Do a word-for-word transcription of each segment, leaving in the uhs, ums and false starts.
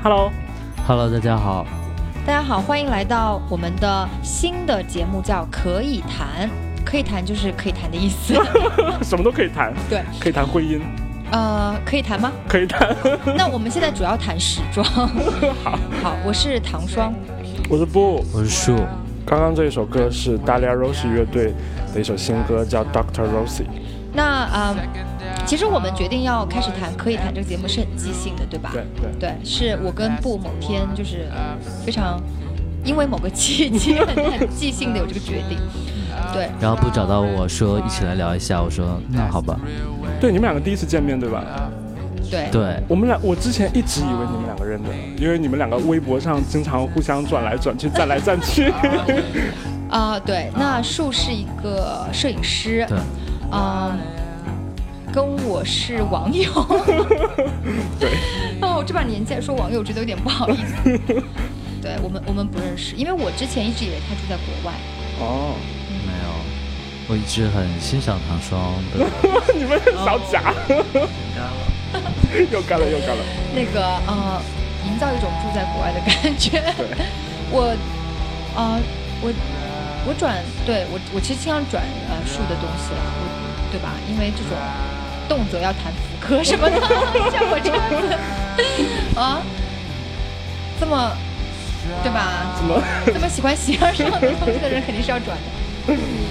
Hello Hello 大家好。 大家好，欢迎来到我们的新的节目，叫可以谈。可以谈就是可以谈的意思什么都可以谈。 对， 可以谈婚姻。 呃，可以谈吗？ 可以谈那我们现在主要谈时装好好，我是唐双， 我是布， 我是树。 刚刚这一首歌是 Dahlia Rosie 乐队的一首新歌，叫 Doctor Rosie。 那嗯，其实我们决定要开始谈可以谈这个节目是很即兴的，对吧？ 对对对，是我跟布某天就是非常因为某个契机很很即兴的有这个决定。对， 然后布找到我说一起来聊一下，我说那好吧。 对，你们两个第一次见面对吧？ 对对， 我们俩我之前一直以为你们两个认得，因为你们两个微博上经常互相转来转去，站来站去啊、呃，对，那树是一个摄影师， 对， 嗯，跟我是网友对啊，我这把年纪还说网友，我觉得有点不好意思对我们我们不认识，因为我之前一直以为他住在国外。 哦， 没有，我一直很欣赏唐双的你们少假又干了又干了。 那个呃，营造一种住在国外的感觉。 对， 我呃我我转对我我其实经常转呃树的东西了，我对吧？因为这种动辄要谈妇科什么的，像我这样子啊，这么对吧？ 怎么这么喜欢形而上的东西的人，肯定是要转的。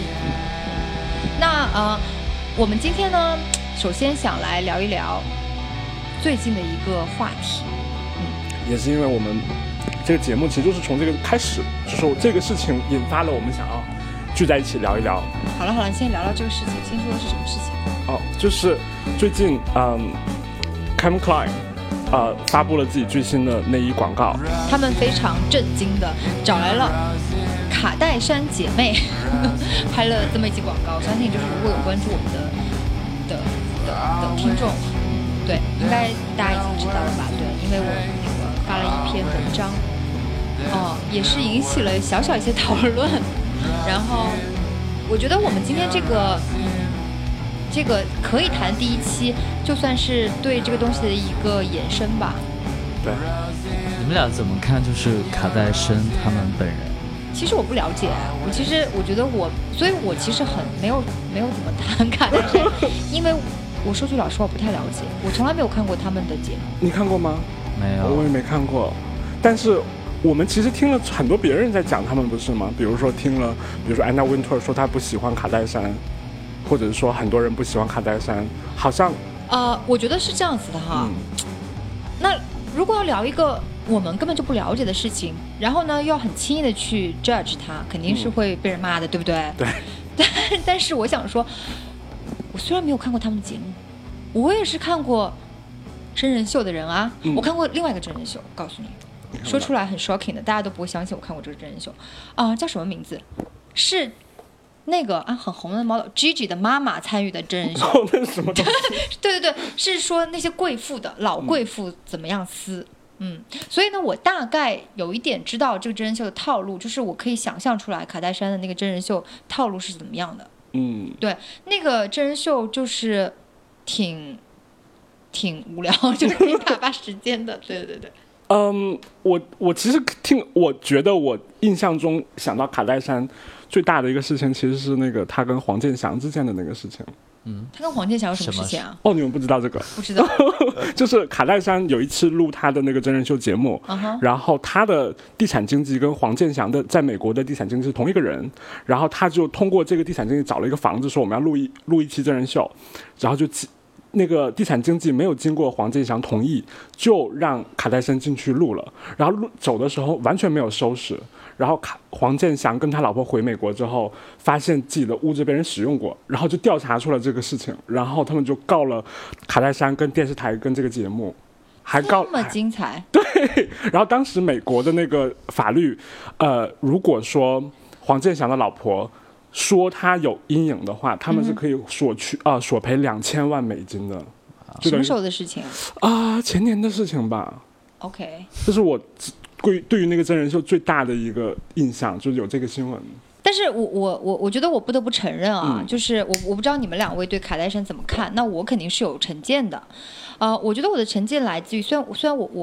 那呃，我们今天呢，首先想来聊一聊最近的一个话题。 嗯，也是因为我们这个节目其实就是从这个开始，就是这个事情引发了我们想要聚在一起聊一聊。 好了好了，先聊聊这个事情，先说是什么事情？ 哦，就是最近嗯 Calvin Klein 呃发布了自己最新的内衣广告， 他们非常震惊的找来了卡戴珊姐妹拍了这么一集广告，相信就是如果有关注我们的的的的听众，对，应该大家已经知道了吧？对，因为我那个发了一篇文章，哦，也是引起了小小一些讨论。然后我觉得我们今天这个嗯这个可以谈第一期，就算是对这个东西的一个延伸吧。 对， 你们俩怎么看？就是卡戴珊他们本人？ 其实我不了解，我其实我觉得我，所以我其实很没有没有怎么谈卡戴珊，因为我说句老实话，不太了解，我从来没有看过他们的节目。 你看过吗？ 没有， 我也没看过。但是我们其实听了很多别人在讲他们，不是吗？比如说听了，比如说安娜温特说她不喜欢卡戴珊，或者是说很多人不喜欢卡戴珊，好像呃，我觉得是这样子的哈。嗯、那如果要聊一个我们根本就不了解的事情，然后呢又要很轻易的去 judge 它，肯定是会被人骂的，嗯、对不对？ 对。 但但是我想说，我虽然没有看过他们的节目，我也是看过真人秀的人啊。嗯、我看过另外一个真人秀，告诉你，说出来很 shocking 的，大家都不会相信我看过这个真人秀啊、呃，叫什么名字？是那个啊很红的 model Gigi 的妈妈参与的真人秀。 哦，那是什么东西？ 对对对，是说那些贵妇的老贵妇怎么样撕。嗯嗯，所以呢，我大概有一点知道这个真人秀的套路，就是我可以想象出来卡戴珊的那个真人秀套路是怎么样的。 嗯， 对，那个真人秀就是挺挺无聊，就是可以打发时间的。对对对。 嗯，我我其实听，我觉得我印象中想到卡戴珊最大的一个事情，其实是那个他跟黄健翔之间的那个事情。 嗯， 他跟黄健翔有什么事情啊？ 哦，你们不知道这个？ 不知道。 就是卡戴珊有一次录他的那个真人秀节目， uh-huh. 然后他的地产经纪跟黄健翔的在美国的地产经纪是同一个人，然后他就通过这个地产经纪找了一个房子，说我们要录一录一期真人秀，然后就那个地产经纪没有经过黄健翔同意，就让卡戴珊进去录了，然后录走的时候完全没有收拾。然后卡黄健翔跟他老婆回美国之后，发现自己的屋子被人使用过，然后就调查出了这个事情，然后他们就告了卡戴珊跟电视台跟这个节目，还告这么精彩。 对，然后当时美国的那个法律，呃，如果说黄健翔的老婆说他有阴影的话，他们是可以索取啊、嗯呃、索赔两千万美金的。 什么时候的事情啊、呃？前年的事情吧。 OK， 这是我对对于那个真人秀最大的一个印象，就是有这个新闻。 但是我我我我觉得我不得不承认啊， 嗯、 就是我我不知道你们两位对卡戴珊怎么看，那我肯定是有成见的，呃，我觉得我的成见来自于虽然虽然我我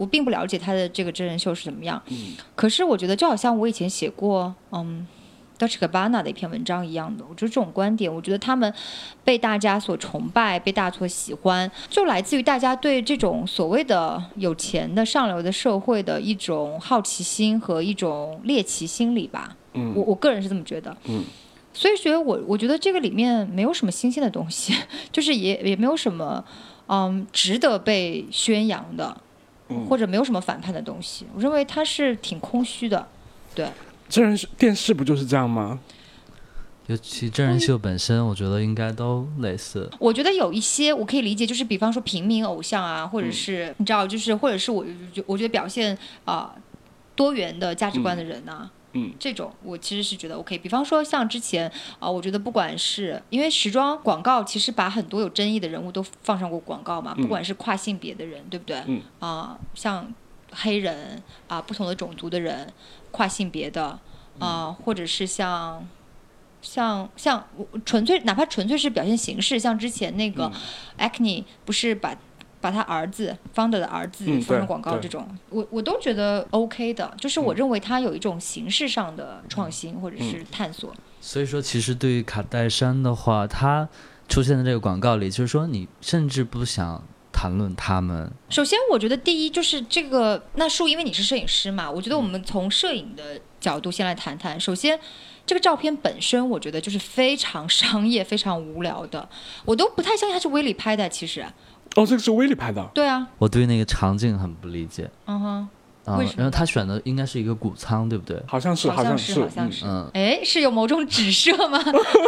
我并不了解他的这个真人秀是怎么样。 嗯， 可是我觉得就好像我以前写过嗯 Dolce and Gabbana 的一篇文章一样的，我觉得这种观点，我觉得他们被大家所崇拜，被大家所喜欢，就来自于大家对这种所谓的有钱的上流的社会的一种好奇心和一种猎奇心理吧。 嗯， 我我个人是这么觉得。 嗯， 所以觉得我我觉得这个里面没有什么新鲜的东西，就是也也没有什么嗯值得被宣扬的，或者没有什么反叛的东西。我认为它是挺空虚的。对。 真人电视不就是这样吗？ 尤其真人秀本身，我觉得应该都类似。 我觉得有一些我可以理解，就是比方说平民偶像啊，或者是、嗯、你知道，就是或者是我我觉得表现啊、呃、多元的价值观的人啊。 嗯， 这种我其实是觉得 OK。比方说像之前啊、呃，我觉得不管是因为时装广告，其实把很多有争议的人物都放上过广告嘛， 嗯、 不管是跨性别的人，对不对？ 嗯啊、呃，像黑人啊、呃，不同的种族的人，跨性别的。啊、呃，或者是像，像像纯粹哪怕纯粹是表现形式，像之前那个 Acne 不是把把他儿子 Founder 的儿子放上广告这种，嗯、我我都觉得 OK 的，就是我认为他有一种形式上的创新或者是探索。 嗯、所以说，其实对于卡戴珊的话，他出现在这个广告里，就是说你甚至不想谈论他们。 首先我觉得第一就是这个，那树因为你是摄影师嘛，我觉得我们从摄影的角度先来谈谈。首先这个照片本身我觉得就是非常商业非常无聊的，我都不太相信它是威利拍的。其实哦，这个是威利拍的？对啊， 我对那个场景很不理解。 嗯哼， 嗯、为什么？然后他选的应该是一个谷仓，对不对？ 好像是， 好像是，好像是。嗯，哎，是有某种指涉吗？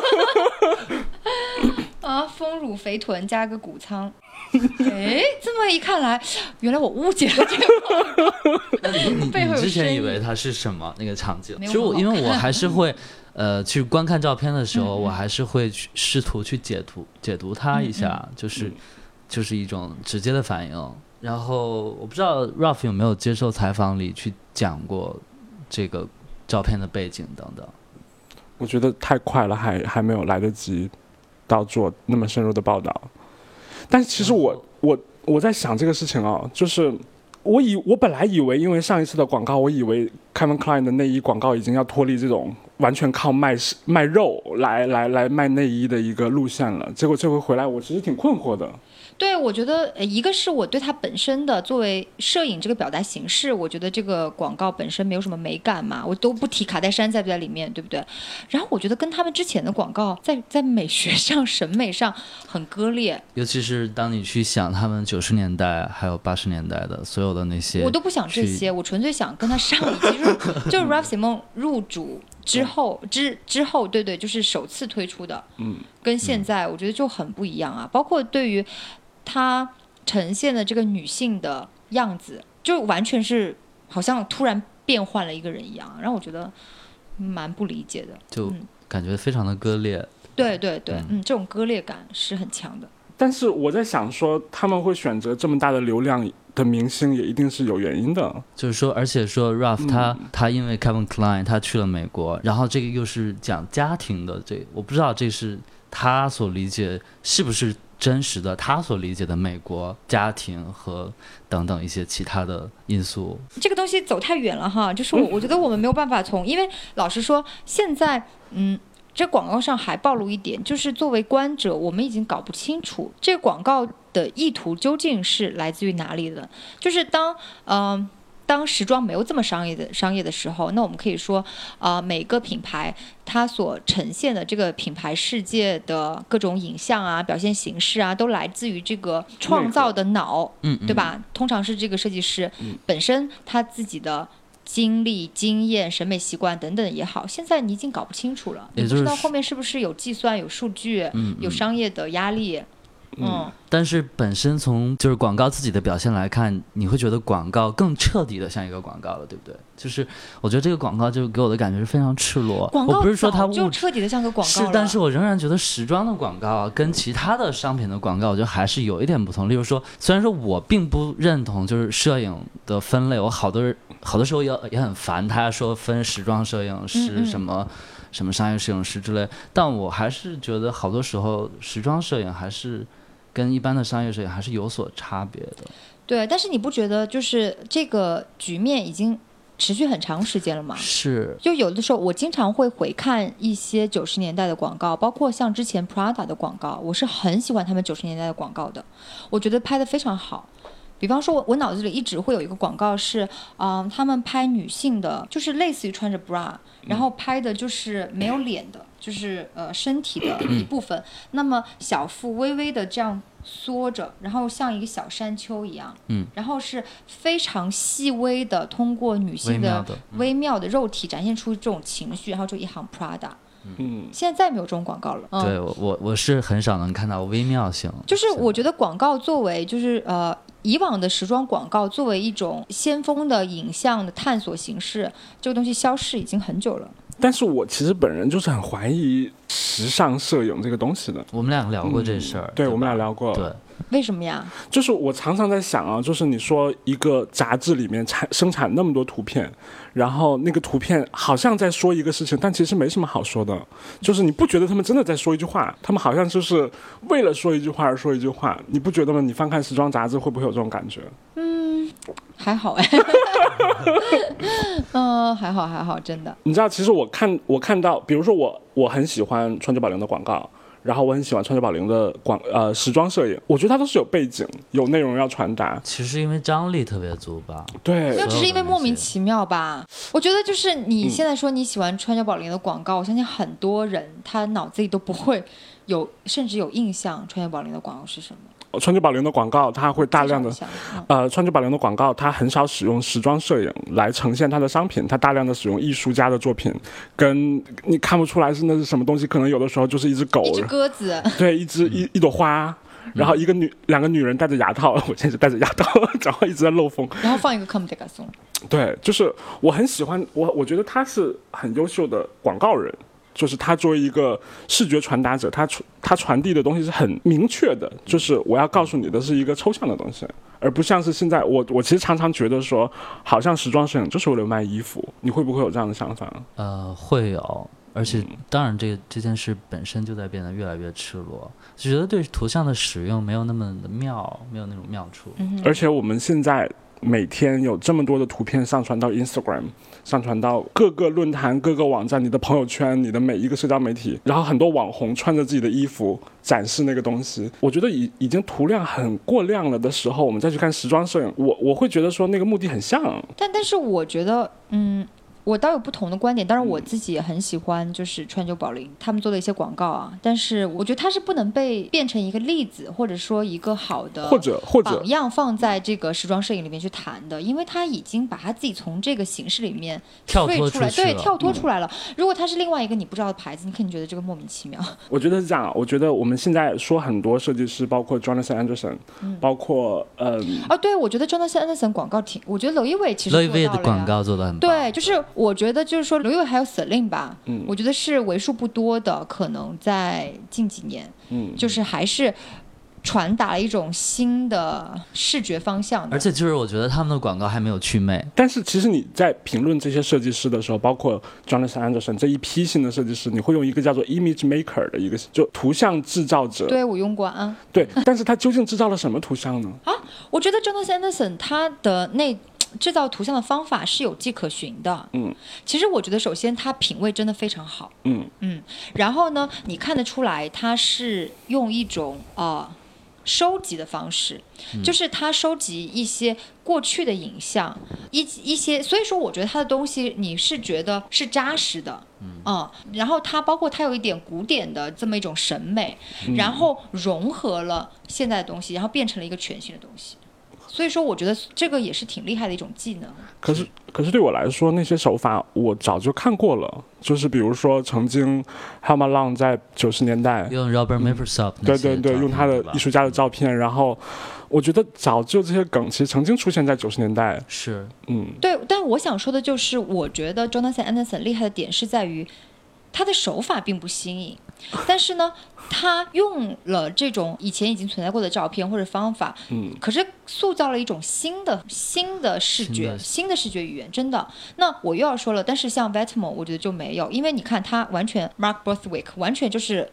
啊，丰乳肥臀加个谷仓。哎，这么一看来，原来我误解了这个。 那你你你之前以为它是什么那个场景？其实我因为我还是会，呃，去观看照片的时候，嗯、我还是会去试图去解读解读它一下，嗯、就是、嗯、就是一种直接的反应。然后我不知道 Ralph 有没有接受采访里去讲过这个照片的背景等等。 我觉得太快了，还还没有来得及到做那么深入的报道。但是其实我我我在想这个事情啊，就是我以我本来以为，因为上一次的广告，我以为 Calvin Klein 的内衣广告已经要脱离这种完全靠卖卖肉来来来卖内衣的一个路线了。结果这回回来，我其实挺困惑的。 对，我觉得一个是我对它本身的作为摄影这个表达形式，我觉得这个广告本身没有什么美感嘛，我都不提卡戴珊在不在里面，对不对？然后我觉得跟他们之前的广告在在美学上、审美上很割裂， 尤其是当你去想他们九十年代还有八十年代的所有的那些， 我都不想这些，我纯粹想跟他上一期，就是就是 Ralph Simon 入主之后之之后，对对，就是首次推出的， 嗯， 跟现在我觉得就很不一样啊，包括对于她呈现的这个女性的样子，就完全是好像突然变换了一个人一样，让我觉得蛮不理解的， 就感觉非常的割裂。 嗯、对对对，嗯，这种割裂感是很强的。 但是我在想说，他们会选择这么大的流量的明星，也一定是有原因的。 就是说，而且说 Ralph 他、 嗯、 他因为 Calvin Klein 他去了美国，然后这个又是讲家庭的，这我不知道这是他所理解是不是真实的，他所理解的美国家庭和等等一些其他的因素。 这个东西走太远了哈，就是我我觉得我们没有办法从，因为老实说，现在嗯。这广告上还暴露一点，就是作为观者，我们已经搞不清楚这个广告的意图究竟是来自于哪里的。就是当嗯、呃、当时装没有这么商业的商业的时候，那我们可以说啊、呃，每个品牌它所呈现的这个品牌世界的各种影像啊、表现形式啊，都来自于这个创造的脑， 嗯， 对吧？通常是这个设计师本身他自己的经历、经验、审美习惯等等也好，现在你已经搞不清楚了，你不知道后面是不是有计算、有数据、 嗯、 有商业的压力。嗯， 嗯但是本身从就是广告自己的表现来看，你会觉得广告更彻底的像一个广告了，对不对？就是我觉得这个广告就给我的感觉是非常赤裸。 广告我不是说它就彻底的像个广告了， 是，但是我仍然觉得时装的广告跟其他的商品的广告，我觉得还是有一点不同。例如说，虽然说我并不认同就是摄影的分类，我好多人好多时候也也很烦他说分时装摄影师什么。嗯嗯什么商业摄影师之类，但我还是觉得好多时候时装摄影还是跟一般的商业摄影还是有所差别的。 对，但是你不觉得就是这个局面已经持续很长时间了吗？ 是， 就有的时候我经常会回看一些九十年代的广告，包括像之前 Prada 的广告，我是很喜欢他们九十年代的广告的，我觉得拍得非常好。比方说我我脑子里一直会有一个广告是嗯、呃，他们拍女性的，就是类似于穿着 bra， 然后拍的就是没有脸的，就是呃身体的一部分，那么小腹微微的这样缩着，然后像一个小山丘一样， 嗯， 然后是非常细微的通过女性的微妙的肉体展现出这种情绪，然后就一行 Prada。嗯，现在再没有这种广告了。 嗯、对我我是很少能看到微妙性。 就是我觉得广告作为就是呃以往的时装广告作为一种先锋的影像的探索形式，这个东西消逝已经很久了。 但是我其实本人就是很怀疑时尚摄影这个东西的。 我们俩聊过这事儿、 嗯，对，我们俩聊过。 对， 为什么呀？ 就是我常常在想啊，就是你说一个杂志里面产生产那么多图片，然后那个图片好像在说一个事情，但其实没什么好说的。就是你不觉得他们真的在说一句话？他们好像就是为了说一句话而说一句话，你不觉得吗？你翻看时装杂志会不会有这种感觉？ 嗯，还好哎。嗯、呃，还好还好，真的。 你知道，其实我看我看到，比如说我我很喜欢川久保玲的广告。然后我很喜欢川久保玲的广呃时装摄影，我觉得它都是有背景、有内容要传达。 其实因为张力特别足吧？ 对， 那只是因为莫名其妙吧？我觉得就是你现在说你喜欢川久保玲的广告，嗯、我相信很多人他脑子里都不会有，甚至有印象川久保玲的广告是什么。 川久保玲的广告，它会大量的， 嗯、 呃，川久保玲的广告，它很少使用时装摄影来呈现它的商品，它大量的使用艺术家的作品，跟你看不出来是那是什么东西，可能有的时候就是一只狗， 一只鸽子， 对，一只、嗯、一一朵花。然后一个女、嗯、两个女人戴着牙套，我现在是戴着牙套，然后一直在漏风， 然后放一个 Comme des Garçons。 对，就是我很喜欢我，我觉得他是很优秀的广告人。就是他作为一个视觉传达者，他他传递的东西是很明确的，就是我要告诉你的是一个抽象的东西，而不像是现在我我其实常常觉得说，好像时装摄影就是为了卖衣服，你会不会有这样的想法？ 呃，会有，而且当然这个这件事本身就在变得越来越赤裸，就觉得对图像的使用没有那么的妙，没有那种妙处。 嗯、 而且我们现在每天有这么多的图片上传到 Instagram。上传到各个论坛、各个网站、你的朋友圈、你的每一个社交媒体，然后很多网红穿着自己的衣服展示那个东西，我觉得已已经图量很过量了的时候，我们再去看时装摄影，我我会觉得说那个目的很像。 但但是我觉得，嗯。我倒有不同的观点，当然我自己也很喜欢就是川久保玲他们做的一些广告啊，但是我觉得它是不能被变成一个例子，或者说一个好的或者或者榜样放在这个时装摄影里面去谈的，因为他已经把他自己从这个形式里面跳脱出来，对，跳脱出来了、嗯。如果他是另外一个你不知道的牌子，你肯定觉得这个莫名其妙。 我觉得是这样，我觉得我们现在说很多设计师，包括 Jonathan Anderson，、嗯、包括嗯， 哦，对，我觉得 Jonathan Anderson 广告挺，我觉得娄艺伟其实娄艺伟的广告做得很棒， 对，就是我觉得就是说娄艺伟还有 Celine 吧、嗯，我觉得是为数不多的，可能在近几年，嗯，就是还是传达了一种新的视觉方向的。 而且就是我觉得他们的广告还没有祛魅。 但是其实你在评论这些设计师的时候，包括 Jonathan Anderson 这一批新的设计师，你会用一个叫做 image maker 的一个就图像制造者。 对，我用过啊。 对，但是他究竟制造了什么图像呢？ 啊，我觉得 Jonathan Anderson 他的那制造图像的方法是有迹可循的。嗯，其实我觉得首先他品味真的非常好。嗯嗯，然后呢，你看得出来他是用一种呃收集的方式，就是他收集一些过去的影像，一一些，所以说我觉得他的东西你是觉得是扎实的。嗯，嗯，然后它包括它有一点古典的这么一种审美，嗯、然后融合了现在的东西，然后变成了一个全新的东西。所以说我觉得这个也是挺厉害的一种技能。 可是可是对我来说那些手法我早就看过了，就是比如说曾经 Helmut Lang 在九十年代用 Robert Mapplethorpe、嗯、 对对对，用他的艺术家的照片，然后我觉得早就这些梗其实曾经出现在九十年代。 是， 嗯， 对，但我想说的就是我觉得 Jonathan Anderson 厉害的点是在于他的手法并不新颖，但是呢他用了这种以前已经存在过的照片或者方法，嗯，可是塑造了一种新的新的视觉 新, 新的视觉语言，真的。那我又要说了，但是像 Vetements 我觉得就没有，因为你看他完全 Mark Borthwick 完全就是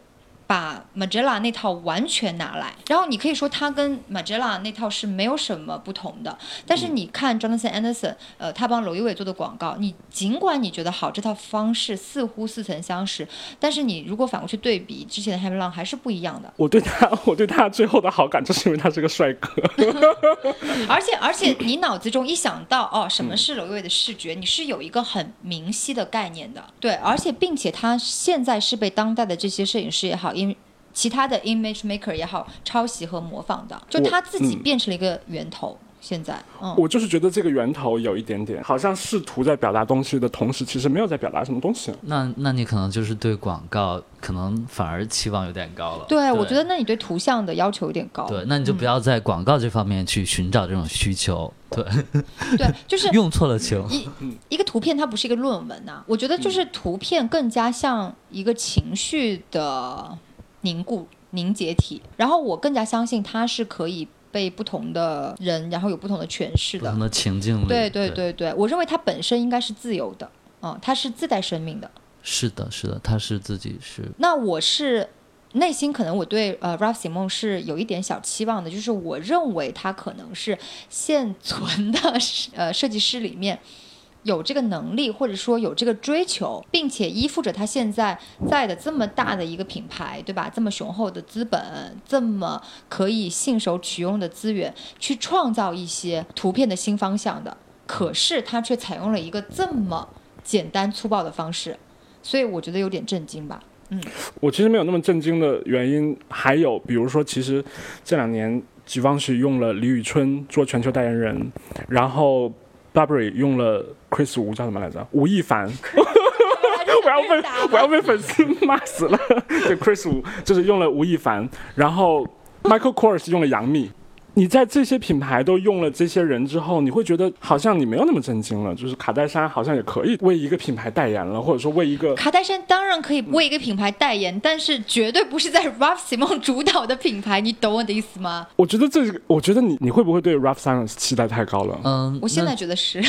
把 Margiela 那套完全拿来，然后你可以说他跟 Margiela 那套是没有什么不同的，但是你看 Jonathan Anderson 呃，他帮娄艺伟做的广告，你尽管你觉得好，这套方式似乎似曾相识，但是你如果反过去对比之前的 Happy Long 还是不一样的。 我对他我对他最后的好感就是因为他是个帅哥而且而且你脑子中一想到哦什么是娄艺伟的视觉，你是有一个很明晰的概念的。对，而且并且他现在是被当代的这些摄影师也好，因其他的 image maker 也好抄袭和模仿的，就他自己变成了一个源头。现在、嗯、 我就是觉得这个源头有一点点好像试图在表达东西的同时其实没有在表达什么东西。 那那你可能就是对广告可能反而期望有点高了。 对, 对， 我觉得那你对图像的要求有点高。 对，那你就不要在广告这方面去寻找这种需求。对对，就是用错了球。 一一个图片它不是一个论文啊，我觉得就是图片更加像一个情绪的凝固凝结体，然后我更加相信它是可以被不同的人然后有不同的诠释的， 不同的情境里。 对对对对，我认为它本身应该是自由的、嗯、它是自带生命的。 是的是的，它是自己是。 那我是内心可能我对呃 Ralph Simon 是有一点小期望的，就是我认为他可能是现存的呃设计师里面有这个能力或者说有这个追求，并且依附着他现在在的这么大的一个品牌，对吧，这么雄厚的资本，这么可以信手取用的资源，去创造一些图片的新方向的，可是他却采用了一个这么简单粗暴的方式，所以我觉得有点震惊吧。嗯， 我其实没有那么震惊的原因还有比如说其实这两年吉方是用了李宇春做全球代言人，然后 Burberry 用了 Chris 吴叫什么来着，吴亦凡我要被我要被粉丝骂死了对 Chris 吴就是用了吴亦凡，然后 Michael Kors 用了杨幂。你在这些品牌都用了这些人之后，你会觉得好像你没有那么震惊了，就是卡戴珊好像也可以为一个品牌代言了，或者说为一个卡戴珊当然可以为一个品牌代言、嗯、但是绝对不是在 Ralph Simon 主导的品牌，你懂我的意思吗？ 我觉得这个我觉得你你会不会对 Ralph Simon 期待太高了？ 嗯， 我现在觉得是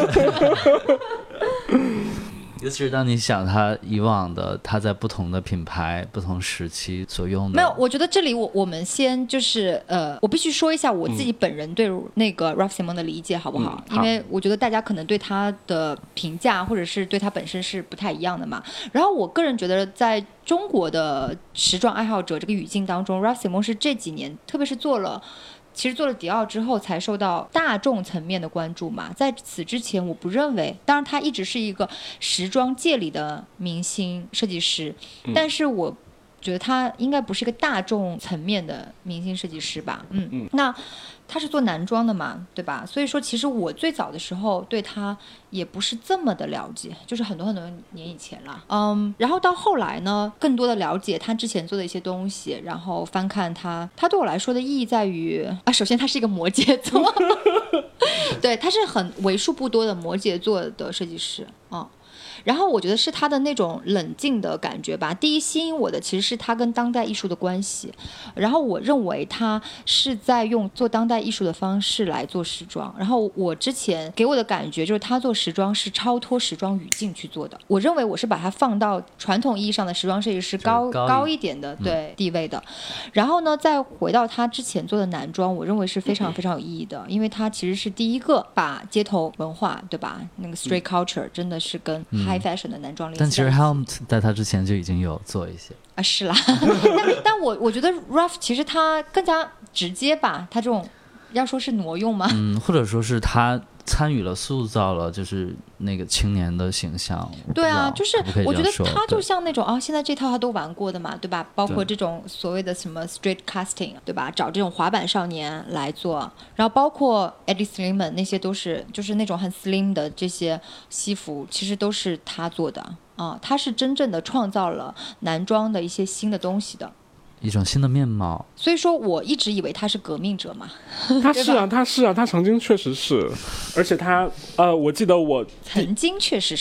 尤其是当你想他以往的他在不同的品牌不同时期所用的。 没有，我觉得这里我我们先就是呃，我必须说一下我自己本人对那个 Ralph Simon 的理解好不好、嗯、好，因为我觉得大家可能对他的评价或者是对他本身是不太一样的嘛。然后我个人觉得在中国的时装爱好者这个语境当中， Ralph Simon 是这几年特别是做了其实做了迪奥之后才受到大众层面的关注嘛，在此之前我不认为，当然他一直是一个时装界里的明星设计师、嗯、但是我觉得他应该不是一个大众层面的明星设计师吧。嗯嗯，那他是做男装的嘛，对吧？所以说其实我最早的时候对他也不是这么的了解，就是很多很多年以前了。嗯，然后到后来呢，更多的了解他之前做的一些东西，然后翻看他，他对我来说的意义在于啊，首先他是一个摩羯座对，他是很为数不多的摩羯座的设计师啊。嗯，然后我觉得是他的那种冷静的感觉吧。第一吸引我的其实是他跟当代艺术的关系，然后我认为他是在用做当代艺术的方式来做时装，然后我之前给我的感觉就是他做时装是超脱时装语境去做的。我认为我是把它放到传统意义上的时装设计师高高一, 高一点的对、嗯、地位的。然后呢再回到他之前做的男装，我认为是非常非常有意义的，因为他其实是第一个把街头文化对吧，那个 street culture 真的是跟high fashion 的男装、嗯、 但其实 Helmut 在他之前就已经有做一些啊，是啦但, 但我我觉得 Ralph 其实他更加直接吧，他这种要说是挪用吗？ 嗯，或者说是他参与了塑造了就是那个青年的形象。 对啊，就是我觉得他就像那种啊，现在这套他都玩过的嘛，对吧？包括这种所谓的什么 street casting 对吧，找这种滑板少年来做，然后包括 Eddie Slimane 那些都是就是那种很 slim 的这些西服，其实都是他做的啊，他是真正的创造了男装的一些新的东西的一种新的面貌。 所以说我一直以为他是革命者嘛他是啊他是啊他曾经确实是，而且他呃，我记得我曾经确实是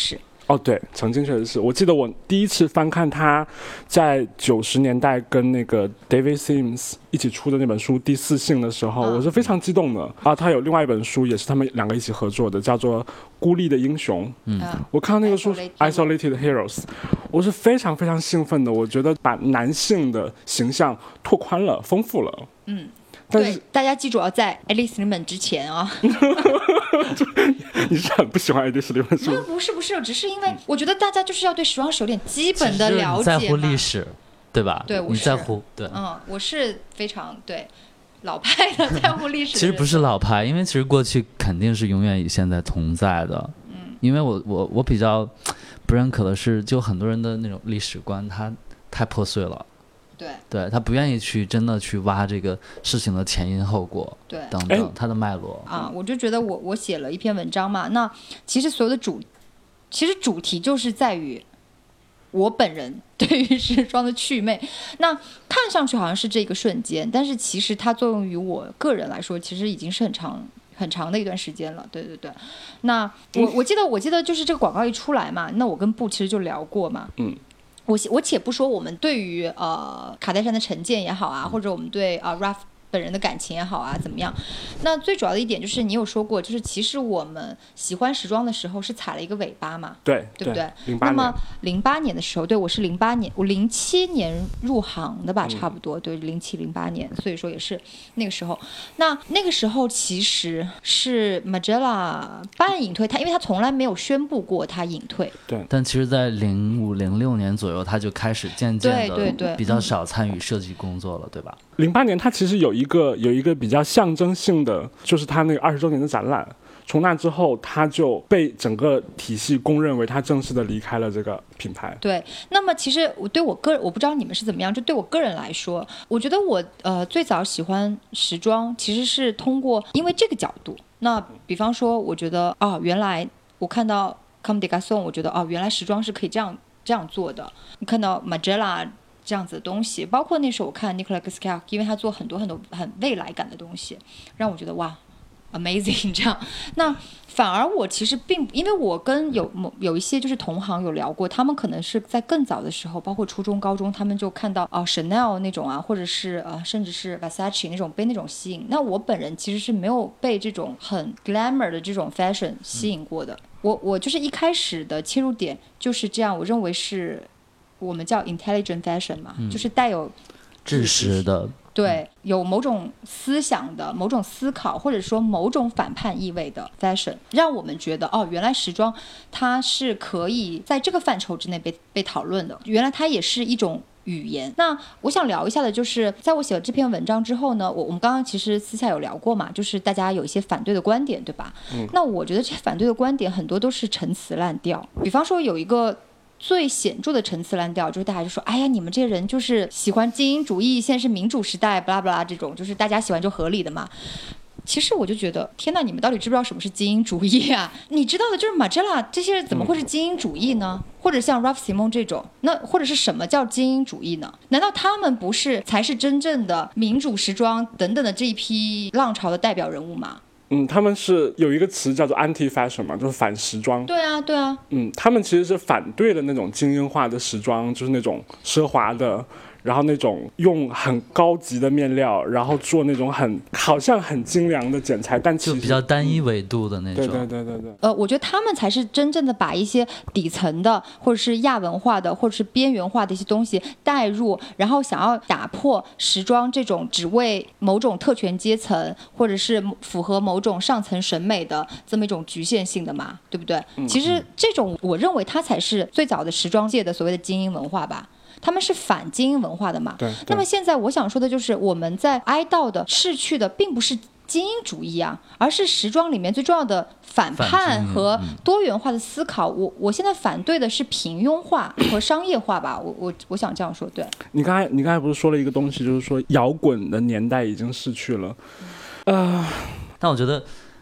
哦，对，曾经确实是我记得我第一次翻看他在九十年代跟那个 David Sims 一起出的那本书《第四性》的时候、嗯、我是非常激动的啊。他有另外一本书也是他们两个一起合作的，叫做《孤立的英雄》。嗯，我看到那个书 Isolated Heroes， 我是非常非常兴奋的，我觉得把男性的形象拓宽了丰富了。 嗯，对，大家记住要在 Alice Liman 之前啊。 你是很不喜欢 Alice Liman 是吗？ 不是不是，只是因为我觉得大家就是要对时装史有点基本的了解嘛。 你在乎历史，对吧？ 对，我你在乎，对， 嗯，我是非常对老派的在乎历史的。 其实不是老派，因为其实过去肯定是永远与现在同在的。嗯，因为我我我比较不认可的是，就很多人的那种历史观，它太破碎了。 对， 对他不愿意去真的去挖这个事情的前因后果， 对， 等等它的脉络啊。我就觉得我我写了一篇文章嘛，那其实所有的主，其实主题就是在于我本人对于时装的祛魅。那看上去好像是这个瞬间，但是其实它作用于我个人来说，其实已经是很长很长的一段时间了。对对对，那我我记得我记得就是这个广告一出来嘛，那我跟布其实就聊过嘛，嗯。我我且不说我们对于呃卡戴珊的成见也好啊，或者我们对啊、呃、Ralph 本人的感情也好啊，怎么样？那最主要的一点就是你有说过，就是其实我们喜欢时装的时候是踩了一个尾巴嘛， 对， 对不对？ 对， 那么零八年的时候，对我是零八年，我零七年入行的吧，差不多，对，零七零八年，所以说也是那个时候。那那个时候其实是 Margiela 半隐退，他因为他从来没有宣布过他隐退， 对。 但其实，在零五零六年左右，他就开始渐渐的比较少参与设计工作了，对吧？ 零八年他其实有一个有一个比较象征性的，就是他那个二十周年的展览。从那之后，他就被整个体系公认为他正式的离开了这个品牌。 对，那么其实我对我个人，我不知道你们是怎么样，就对我个人来说，我觉得我呃最早喜欢时装，其实是通过因为这个角度。那比方说，我觉得哦，原来我看到 Comme des Garçons， 我觉得哦，原来时装是可以这样这样做的。你看到 Margiela这样子的东西，包括那时候我看 Nicolas Guesclin， 因为他做很多很多很未来感的东西，让我觉得哇 amazing 这样。那反而我其实并因为我跟有有一些就是同行有聊过，他们可能是在更早的时候，包括初中高中，他们就看到啊、呃、Chanel 那种啊，或者是呃甚至是 Versace 那种被那种吸引。那我本人其实是没有被这种很 glamour 的这种 fashion 吸引过的。嗯、我我就是一开始的切入点就是这样，我认为是我们叫 intelligent fashion 嘛，嗯、就是带有知识的， 对，有某种思想的、某种思考，或者说某种反叛意味的 fashion， 让我们觉得哦，原来时装它是可以在这个范畴之内被被讨论的，原来它也是一种语言。那我想聊一下的就是，在我写了这篇文章之后呢，我我们刚刚其实私下有聊过嘛，就是大家有一些反对的观点，对吧？嗯。那我觉得这些反对的观点很多都是陈词滥调，比方说有一个最显著的陈词滥调就是大家就说，哎呀，你们这些人就是喜欢精英主义，现在是民主时代，巴拉巴拉这种，就是大家喜欢就合理的嘛。其实我就觉得，天哪，你们到底知不知道什么是精英主义啊？你知道的就是 Margiela 这些人怎么会是精英主义呢？或者像 Ralph Simon 这种，那或者是什么叫精英主义呢？难道他们不是才是真正的民主时装等等的这一批浪潮的代表人物吗？ 嗯，他们是有一个词叫做 anti-fashion 嘛，就是反时装。 对啊，对啊。 嗯，他们其实是反对的那种精英化的时装，就是那种奢华的，然后那种用很高级的面料，然后做那种很好像很精良的剪裁，但其实就比较单一维度的那种。 对对对对对。 呃，我觉得他们才是真正的把一些底层的，或者是亚文化的，或者是边缘化的一些东西带入，然后想要打破时装这种只为某种特权阶层，或者是符合某种上层审美的这么一种局限性的嘛，对不对？嗯、其实这种我认为它才是最早的时装界的所谓的精英文化吧。他们是反精英文化的嘛？ 对。 那么现在我想说的就是，我们在哀悼的逝去的并不是精英主义啊，而是时装里面最重要的反叛和多元化的思考。我我现在反对的是平庸化和商业化吧。我我我想这样说。对。 你刚才你刚才不是说了一个东西，就是说摇滚的年代已经逝去了。呃， 但我觉得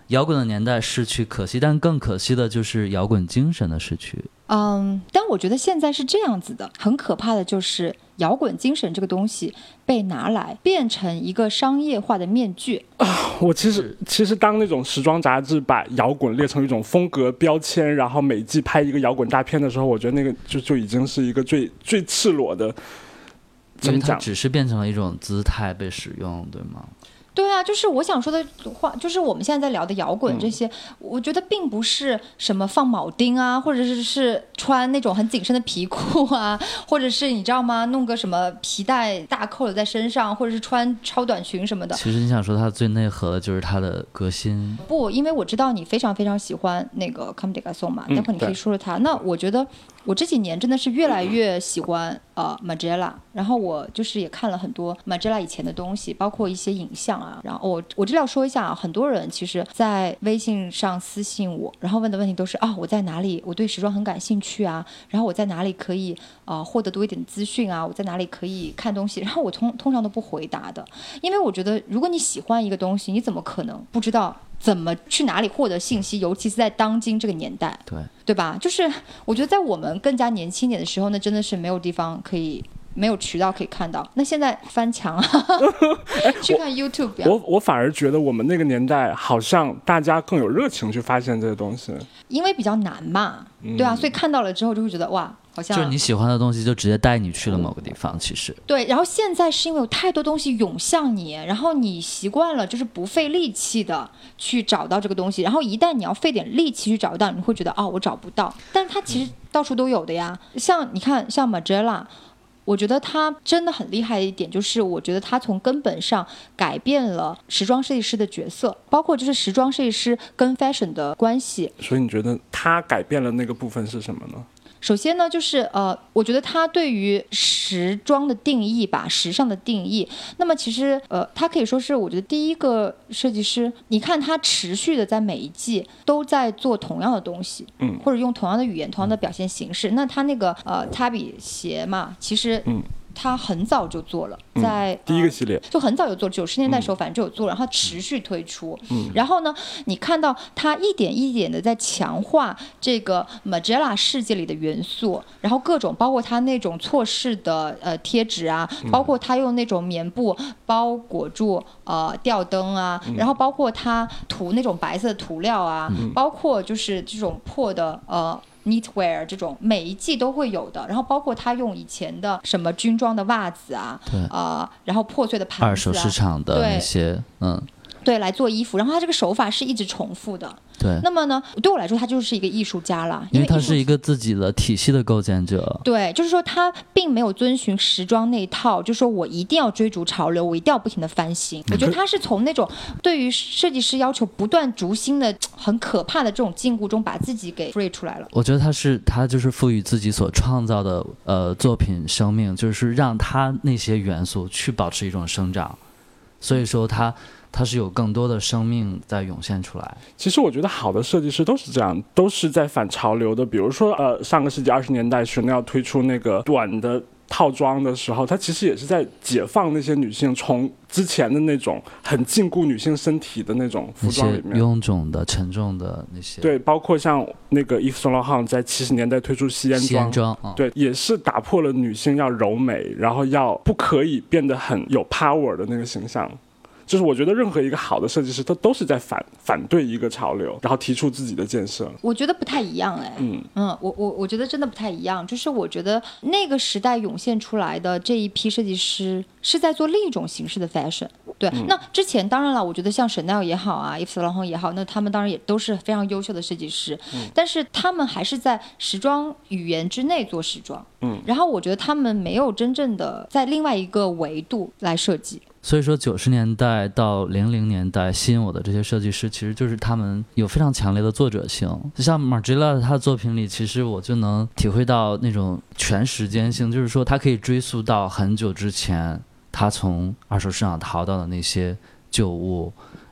摇滚的年代逝去可惜，但更可惜的就是摇滚精神的逝去。 嗯，但我觉得现在是这样子的，很可怕的就是摇滚精神这个东西被拿来变成一个商业化的面具啊！我其实其实当那种时装杂志把摇滚列成一种风格标签，然后每季拍一个摇滚大片的时候，我觉得那个就就已经是一个最最赤裸的， 因为它只是变成了一种姿态被使用，对吗？ 对啊，就是我想说的话，就是我们现在在聊的摇滚这些、嗯、我觉得并不是什么放铆钉啊，或者是是穿那种很紧身的皮裤啊，或者是你知道吗，弄个什么皮带大扣的在身上，或者是穿超短裙什么的。 其实你想说它最内核的就是它的革新。 不，因为我知道你非常非常喜欢那个 Comme des Garçons 嘛，待会你可以说说它、嗯、那我觉得我这几年真的是越来越喜欢呃 Margiela， 然后我就是也看了很多 Margiela 以前的东西，包括一些影像啊。然后我我这里要说一下啊，很多人其实在微信上私信我，然后问的问题都是啊，我在哪里，我对时装很感兴趣啊，然后我在哪里可以呃获得多一点资讯啊，我在哪里可以看东西，然后我通通常都不回答的，因为我觉得如果你喜欢一个东西，你怎么可能不知道怎么去哪里获得信息，尤其是在当今这个年代， 对对吧？就是我觉得在我们更加年轻点的时候，那真的是没有地方可以，没有渠道可以看到。那现在翻墙啊，去看 YouTube 呀。 我我反而觉得我们那个年代好像大家更有热情去发现这些东西， 因为比较难嘛，对啊，所以看到了之后就会觉得哇。好像就是你喜欢的东西就直接带你去了某个地方，其实对。然后现在是因为有太多东西涌向你，然后你习惯了就是不费力气的去找到这个东西，然后一旦你要费点力气去找到，你会觉得哦我找不到，但是它其实到处都有的呀。嗯、像你看像 Margiela， 我觉得他真的很厉害的一点就是，我觉得他从根本上改变了时装设计师的角色，包括就是时装设计师跟 fashion 的关系。 所以你觉得他改变了那个部分是什么呢？ 首先呢，就是呃，我觉得他对于时装的定义吧，时尚的定义。那么其实呃，他可以说是我觉得第一个设计师。你看他持续的在每一季都在做同样的东西，嗯，或者用同样的语言、同样的表现形式。那他那个呃 Tabi 鞋嘛，其实嗯。他很早就做了，在、 嗯、第一个系列、 呃、就很早就做，九十年代时候反正就有做，然后持续推出、嗯。然后呢，你看到他一点一点的在强化这个 Margiela 世界里的元素，然后各种包括他那种错视的呃贴纸啊，包括他用那种棉布包裹住呃吊灯啊、嗯，然后包括他涂那种白色的涂料啊，嗯、包括就是这种破的呃。knitwear 这种每一季都会有的，然后包括他用以前的什么军装的袜子啊， 对呃，然后破碎的盘子、啊、 二手市场的那些，嗯， 对，来做衣服，然后他这个手法是一直重复的。 对， 那么呢，对我来说，他就是一个艺术家了， 因为他是一个自己的体系的构建者。 对，就是说他并没有遵循时装那一套，就是说我一定要追逐潮流，我一定要不停的翻新。我觉得他是从那种对于设计师要求不断逐新的很可怕的这种禁锢中，把自己给 free 出来了。 我觉得他是他就是赋予自己所创造的呃作品生命，就是让他那些元素去保持一种生长，所以说他。它是有更多的生命在涌现出来。 其实我觉得好的设计师都是这样，都是在反潮流的。比如说呃，上个世纪二十年代 Chanel 推出那个短的套装的时候，它其实也是在解放那些女性从之前的那种很禁锢女性身体的那种服装里面， 臃肿的沉重的那些。 对，包括像那个 Yves Saint Laurent 在七十年代推出吸烟装， 吸烟装、嗯、 对，也是打破了女性要柔美，然后要不可以变得很有 power 的那个形象。就是我觉得任何一个好的设计师，他都是在反反对一个潮流，然后提出自己的建设。 我觉得不太一样哎，嗯嗯，我我我觉得真的不太一样。就是我觉得那个时代涌现出来的这一批设计师是在做另一种形式的 fashion。对、嗯，那之前当然了，我觉得像 Chanel 也好啊 ，Yves Saint Laurent 也好，那他们当然也都是非常优秀的设计师，嗯、但是他们还是在时装语言之内做时装。嗯，然后我觉得他们没有真正的在另外一个维度来设计。 所以说九十年代到零零年代吸引我的这些设计师，其实就是他们有非常强烈的作者性。就像 Margiela 他的作品里，其实我就能体会到那种全时间性，就是说他可以追溯到很久之前他从二手市场淘到的那些旧物，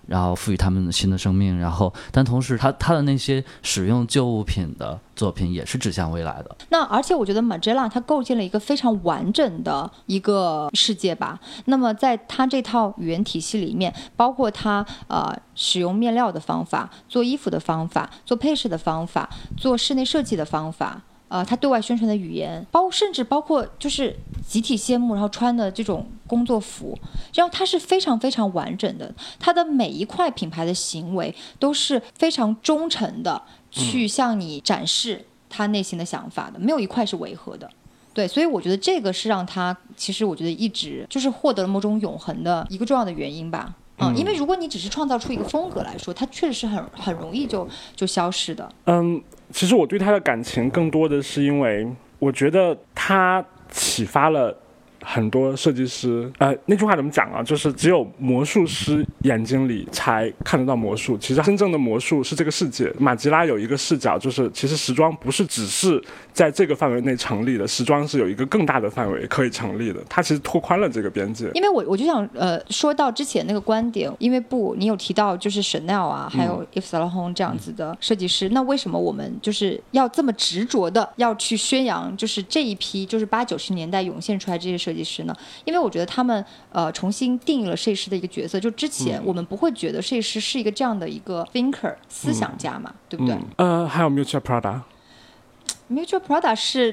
然后赋予他们新的生命，然后但同时他他的那些使用旧物品的作品也是指向未来的。 那而且我觉得 Margiela 它构建了一个非常完整的一个世界吧。那么在它这套语言体系里面，包括它呃使用面料的方法、做衣服的方法、做配饰的方法、做室内设计的方法。呃，他对外宣传的语言，包甚至包括就是集体谢幕然后穿的这种工作服，然后它是非常非常完整的，它的每一块品牌的行为都是非常忠诚的去向你展示他内心的想法的，没有一块是违和的。对，所以我觉得这个是让他其实我觉得一直就是获得了某种永恒的一个重要的原因吧。嗯，因为如果你只是创造出一个风格来说，它确实是很很容易就就消失的。 嗯，其实我对他的感情更多的是因为我觉得他启发了很多设计师。呃，那句话怎么讲啊？就是只有魔术师眼睛里才看得到魔术。其实真正的魔术是这个世界。马吉拉有一个视角，就是其实时装不是只是在这个范围内成立的，时装是有一个更大的范围可以成立的。它其实拓宽了这个边界。 因为我我就想呃说到之前那个观点，因为不，你有提到就是 Chanel 啊，还有 Yves Saint Laurent 这样子的设计师，嗯、那为什么我们就是要这么执着的要去宣扬，就是这一批就是八九十年代涌现出来这些设计师呢？因为我觉得他们呃重新定义了设计师的一个角色，就之前我们不会觉得设计师是一个这样的一个 thinker 思想家嘛，嗯、对不对？ 嗯、呃，还有 Miuccia Prada。Miuccia Prada 是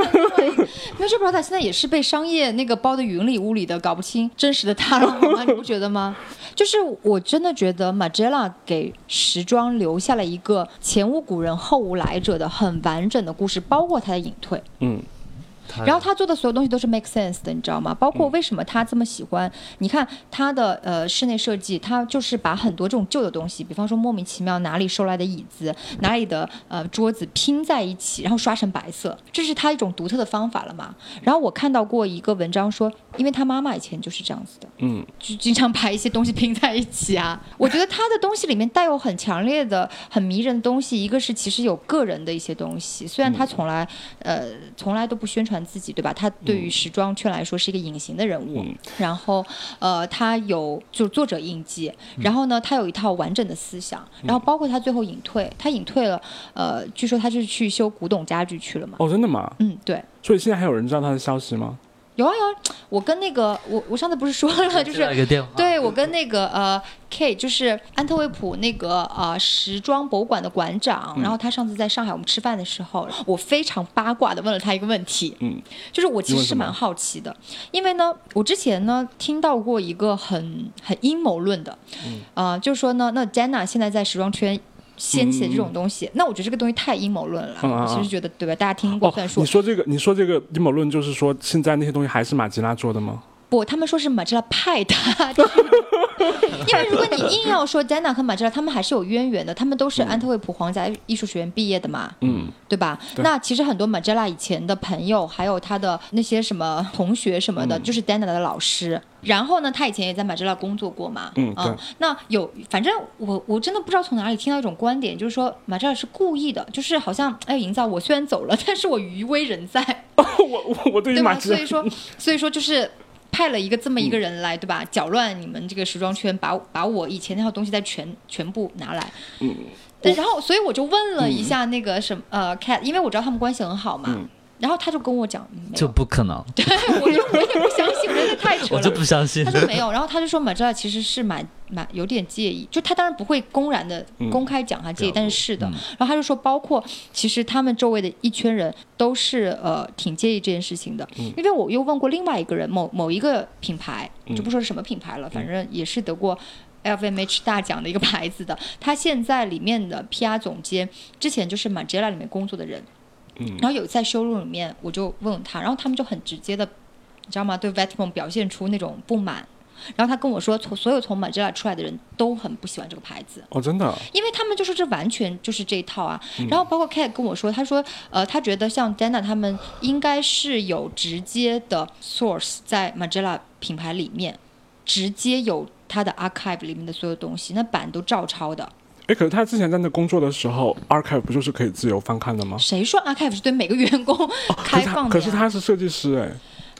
Miuccia Prada 现在也是被商业那个包的云里雾里的，搞不清真实的他了吗？你不觉得吗？就是我真的觉得 Margiela 给时装留下了一个前无古人后无来者的很完整的故事，包括他的隐退。嗯。然后他做的所有东西都是 make sense 的，你知道吗？包括为什么他这么喜欢、嗯、你看他的呃室内设计，他就是把很多这种旧的东西，比方说莫名其妙哪里收来的椅子，哪里的呃桌子拼在一起，然后刷成白色，这是他一种独特的方法了嘛。然后我看到过一个文章说，因为他妈妈以前就是这样子的，嗯，就经常把一些东西拼在一起啊。我觉得他的东西里面带有很强烈的很迷人的东西，一个是其实有个人的一些东西，虽然他从来、嗯、呃从来都不宣传自己，对吧？他对于时装圈来说是一个隐形的人物，嗯、然后呃，他有就作者印记，然后呢，他有一套完整的思想，然后包括他最后隐退，他隐退了，呃，据说他是去修古董家具去了嘛？ 哦，真的吗？ 嗯，对。 所以现在还有人知道他的消息吗？ 有啊有啊，我跟那个我我上次不是说了，就是一个电话， 对我跟那个呃 K 就是安特卫普那个呃时装博物馆的馆长、嗯，然后他上次在上海我们吃饭的时候，我非常八卦的问了他一个问题，嗯，就是我其实是蛮好奇的，因为呢，我之前呢听到过一个很很阴谋论的，嗯，啊、呃，就是说呢，那 Jenna 现在在时装圈掀起的这种东西、嗯、那我觉得这个东西太阴谋论了、嗯啊、我其实觉得对吧，大家听过算数、 哦、你说这个你说这个阴谋论就是说现在那些东西还是马吉拉做的吗？ 不，他们说是马吉拉派他因为如果你硬要说 Jenna 和马吉拉他们还是有渊源的，他们都是安特卫普皇家艺术学院毕业的嘛，嗯，对吧？对，那其实很多马吉拉以前的朋友还有他的那些什么同学什么的、嗯、就是 Jenna 的老师，然后呢他以前也在马吉拉工作过嘛，嗯，嗯，那有反正我我真的不知道从哪里听到一种观点，就是说马吉拉是故意的，就是好像哎营造我虽然走了但是我余威仍在我我我对于马吉拉， 所以说所以说就是派了一个这么一个人来，对吧？搅乱你们这个时装圈，把把我以前那套东西再全全部拿来。嗯，然后所以我就问了一下那个什么、嗯、呃 Cat， 因为我知道他们关系很好嘛。嗯，然后他就跟我讲， 就不可能。 对，我就我也不相信，我觉得太扯了。 我就不相信。 他说没有，然后他就说马吉拉其实是蛮蛮有点介意，就他当然不会公然的公开讲他介意，嗯、但是是的、嗯。然后他就说，包括其实他们周围的一圈人都是呃挺介意这件事情的、嗯，因为我又问过另外一个人，某某一个品牌，就不说是什么品牌了，嗯、反正也是得过L V M H 大奖的一个牌子的，他现在里面的 P R 总监之前就是马吉拉里面工作的人。然后有在showroom里面我就问问他，然后他们就很直接的你知道吗，对 Vetements 表现出那种不满，然后他跟我说从所有从 Margiela 出来的人都很不喜欢这个牌子。 哦，真的？因为他们就说这完全就是这一套啊、嗯、然后包括 Kat 跟我说，他说呃，他觉得像 Jenna 他们应该是有直接的 source 在 Margiela 品牌里面，直接有他的 archive 里面的所有东西，那版都照抄的。 哎，可是他之前在那工作的时候 archive 不就是可以自由翻看的吗？ 谁说 archive 是对每个员工开放的、哦、 可, 是可是他是设计师哎。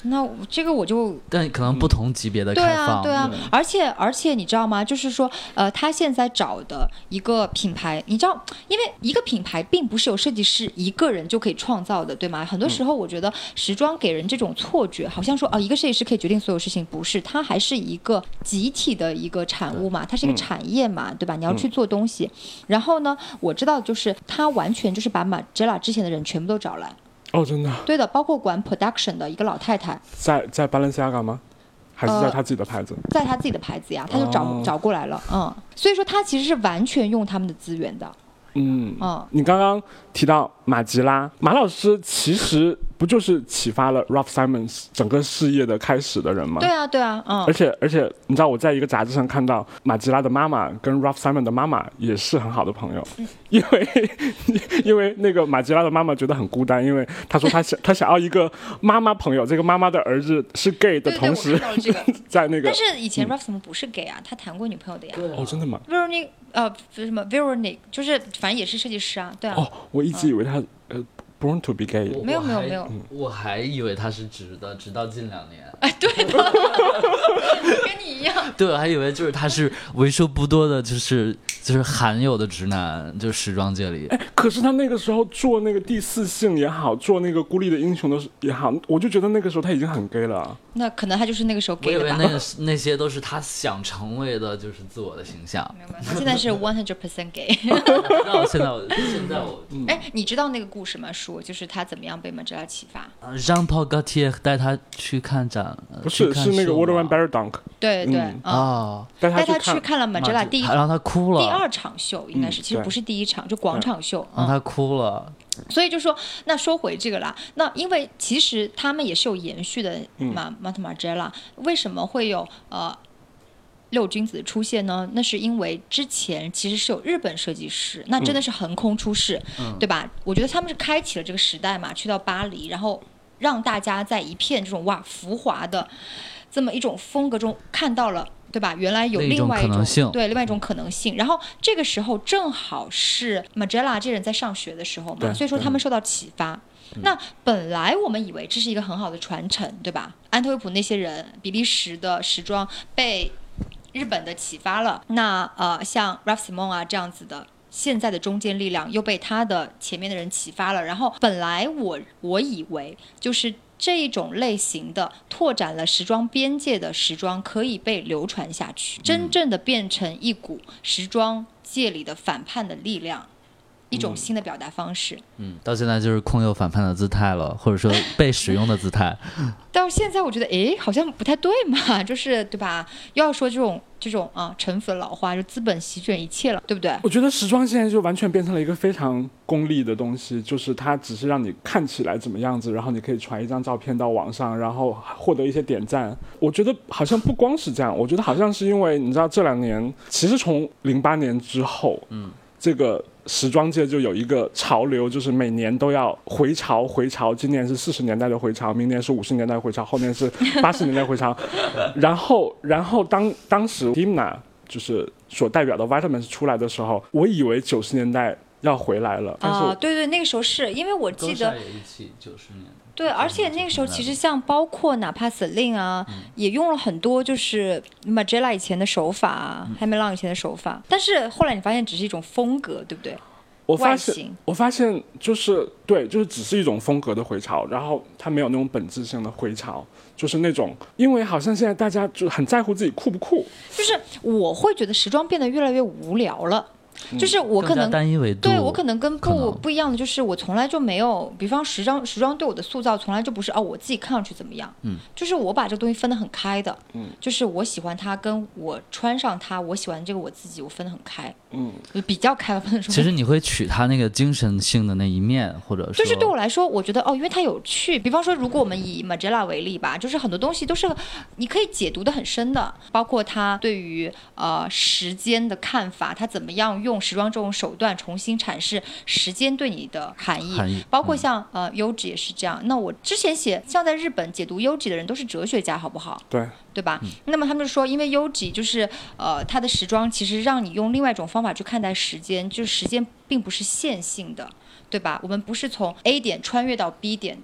那这个我就， 但可能不同级别的开放， 对啊，对啊，而且而且你知道吗？就是说，呃，他现在找的一个品牌，你知道，因为一个品牌并不是由设计师一个人就可以创造的，对吗？很多时候我觉得时装给人这种错觉，好像说哦，一个设计师可以决定所有事情，不是，它还是一个集体的一个产物嘛，它是一个产业嘛，对吧？你要去做东西，然后呢，我知道就是他完全就是把 Margiela 之前的人全部都找来。 哦，真的？ 对的，包括管 production 的一个老太太， 在在 Balenciaga 吗？还是在他自己的牌子？ 呃、在他自己的牌子呀，他就找、 哦、 找过来了，嗯，所以说他其实是完全用他们的资源的。 嗯嗯，你刚刚提到马吉拉，马老师其实不就是启发了 Raf Simons 整个事业的开始的人吗？ 对啊，对啊，嗯。 而且而且，你知道我在一个杂志上看到马吉拉的妈妈跟 Raf Simons 的妈妈也是很好的朋友，嗯、因为因为那个马吉拉的妈妈觉得很孤单，因为她说她想她想要一个妈妈朋友，这个妈妈的儿子是 gay 的同时， 对对对在那个。 但是以前 Raf Simons 不是 gay 啊，嗯、他谈过女朋友的呀。 哦，真的吗 ？Veronique 呃什么 Veronique 就是反正也是设计师啊，对啊。 哦，我一直以为他、嗯、呃。Born to be gay， 没有没有没有， 我还以为他是直的，直到近两年。 哎，对的，跟你一样。 对，我还以为就是他是为数不多的，就是就是罕有的直男，就是时装界里。 哎，可是他那个时候做那个第四性也好，做那个孤立的英雄的也好，我就觉得那个时候他已经很 gay 了。 那可能他就是那个时候 gay 的吧。 我以为那个那些都是他想成为的，就是自我的形象。 没有没有，他现在是 one hundred percent gay。 那我现在我现在我， 哎、嗯，你知道那个故事吗？说就是他怎么样被 Margiela 启发？ 让 Paul Gaultier 带他去看展， 不是是那个 Waterman Beardunk。 对对嗯哦， 带他去看了 Margiela 第一， 让他哭了。 第二场秀应该是，嗯、其实不是第一场，就广场秀， 让他哭了。 所以就说，那说回这个啦，那因为其实他们也是有延续的嘛 ，Margiela 为什么会有呃？六君子出现呢，那是因为之前其实是有日本设计师，那真的是横空出世，嗯、对吧？我觉得他们是开启了这个时代嘛，去到巴黎，然后让大家在一片这种哇浮华的这么一种风格中看到了，对吧？原来有另外一种， 一种可能性， 对，另外一种可能性。然后这个时候正好是 Margiela 这人在上学的时候嘛，所以说他们受到启发。那本来我们以为这是一个很好的传承，对吧？安特卫普那些人，比利时的时装被日本的启发了，那呃像 Raf Simons 啊这样子的现在的中坚力量又被他的前面的人启发了，然后本来我我以为就是这一种类型的拓展了时装边界的时装可以被流传下去，嗯、真正的变成一股时装界里的反叛的力量。一种新的表达方式， 嗯，到现在就是空有反叛的姿态了，或者说被使用的姿态。 到现在我觉得，哎，好像不太对嘛，就是对吧？又要说这种这种啊陈腐的老话，就资本席卷一切了，对不对？ 我觉得时装现在就完全变成了一个非常功利的东西，就是它只是让你看起来怎么样子，然后你可以传一张照片到网上，然后获得一些点赞。我觉得好像不光是这样，我觉得好像是因为你知道这两年，其实从零八年之后，嗯，这个。时装界就有一个潮流，就是每年都要回潮回潮，今年是四十年代的回潮，明年是五十年代回潮，后年是八十年代回潮。然后然后当当时 Timna 就是所代表的 Vitamins 出来的时候，我以为九十年代要回来了。啊、 呃，对对，那个时候是因为我记得也一起九十年。 对，而且那个时候其实像包括哪怕 Celine 啊、嗯，也用了很多就是 Margiela 以前的手法啊 Haimet Lang 以前的手法，但是后来你发现只是一种风格，对不对？ 我发现，我发现就是对，就是只是一种风格的回潮，然后它没有那种本质性的回潮，就是那种，因为好像现在大家就很在乎自己酷不酷， 就是我会觉得时装变得越来越无聊了。就是我可能单一维度， 对我可能跟不不一样的，就是我从来就没有，比方时装时装对我的塑造从来就不是哦，我自己看上去怎么样，嗯，就是我把这个东西分得很开的，嗯，就是我喜欢它，跟我穿上它，我喜欢这个我自己，我分得很开，嗯，比较开了，不能说。 其实你会取它那个精神性的那一面，或者说就是对我来说，我觉得哦，因为它有趣。比方说，如果我们以 Margiela 为例吧，就是很多东西都是你可以解读得很深的，包括它对于呃时间的看法，它怎么样用时装这种手段重新阐释时间对你的含义， 含义包括像、嗯、呃 Yohji 也是这样。那我之前写像在日本解读 Yohji 的人都是哲学家，好不好？ 对， 对吧？嗯、那么他们就说，因为 Yohji 就是呃他的时装其实让你用另外一种方法去看待时间，就是时间并不是线性的，对吧？我们不是从 A 点穿越到 B 点的。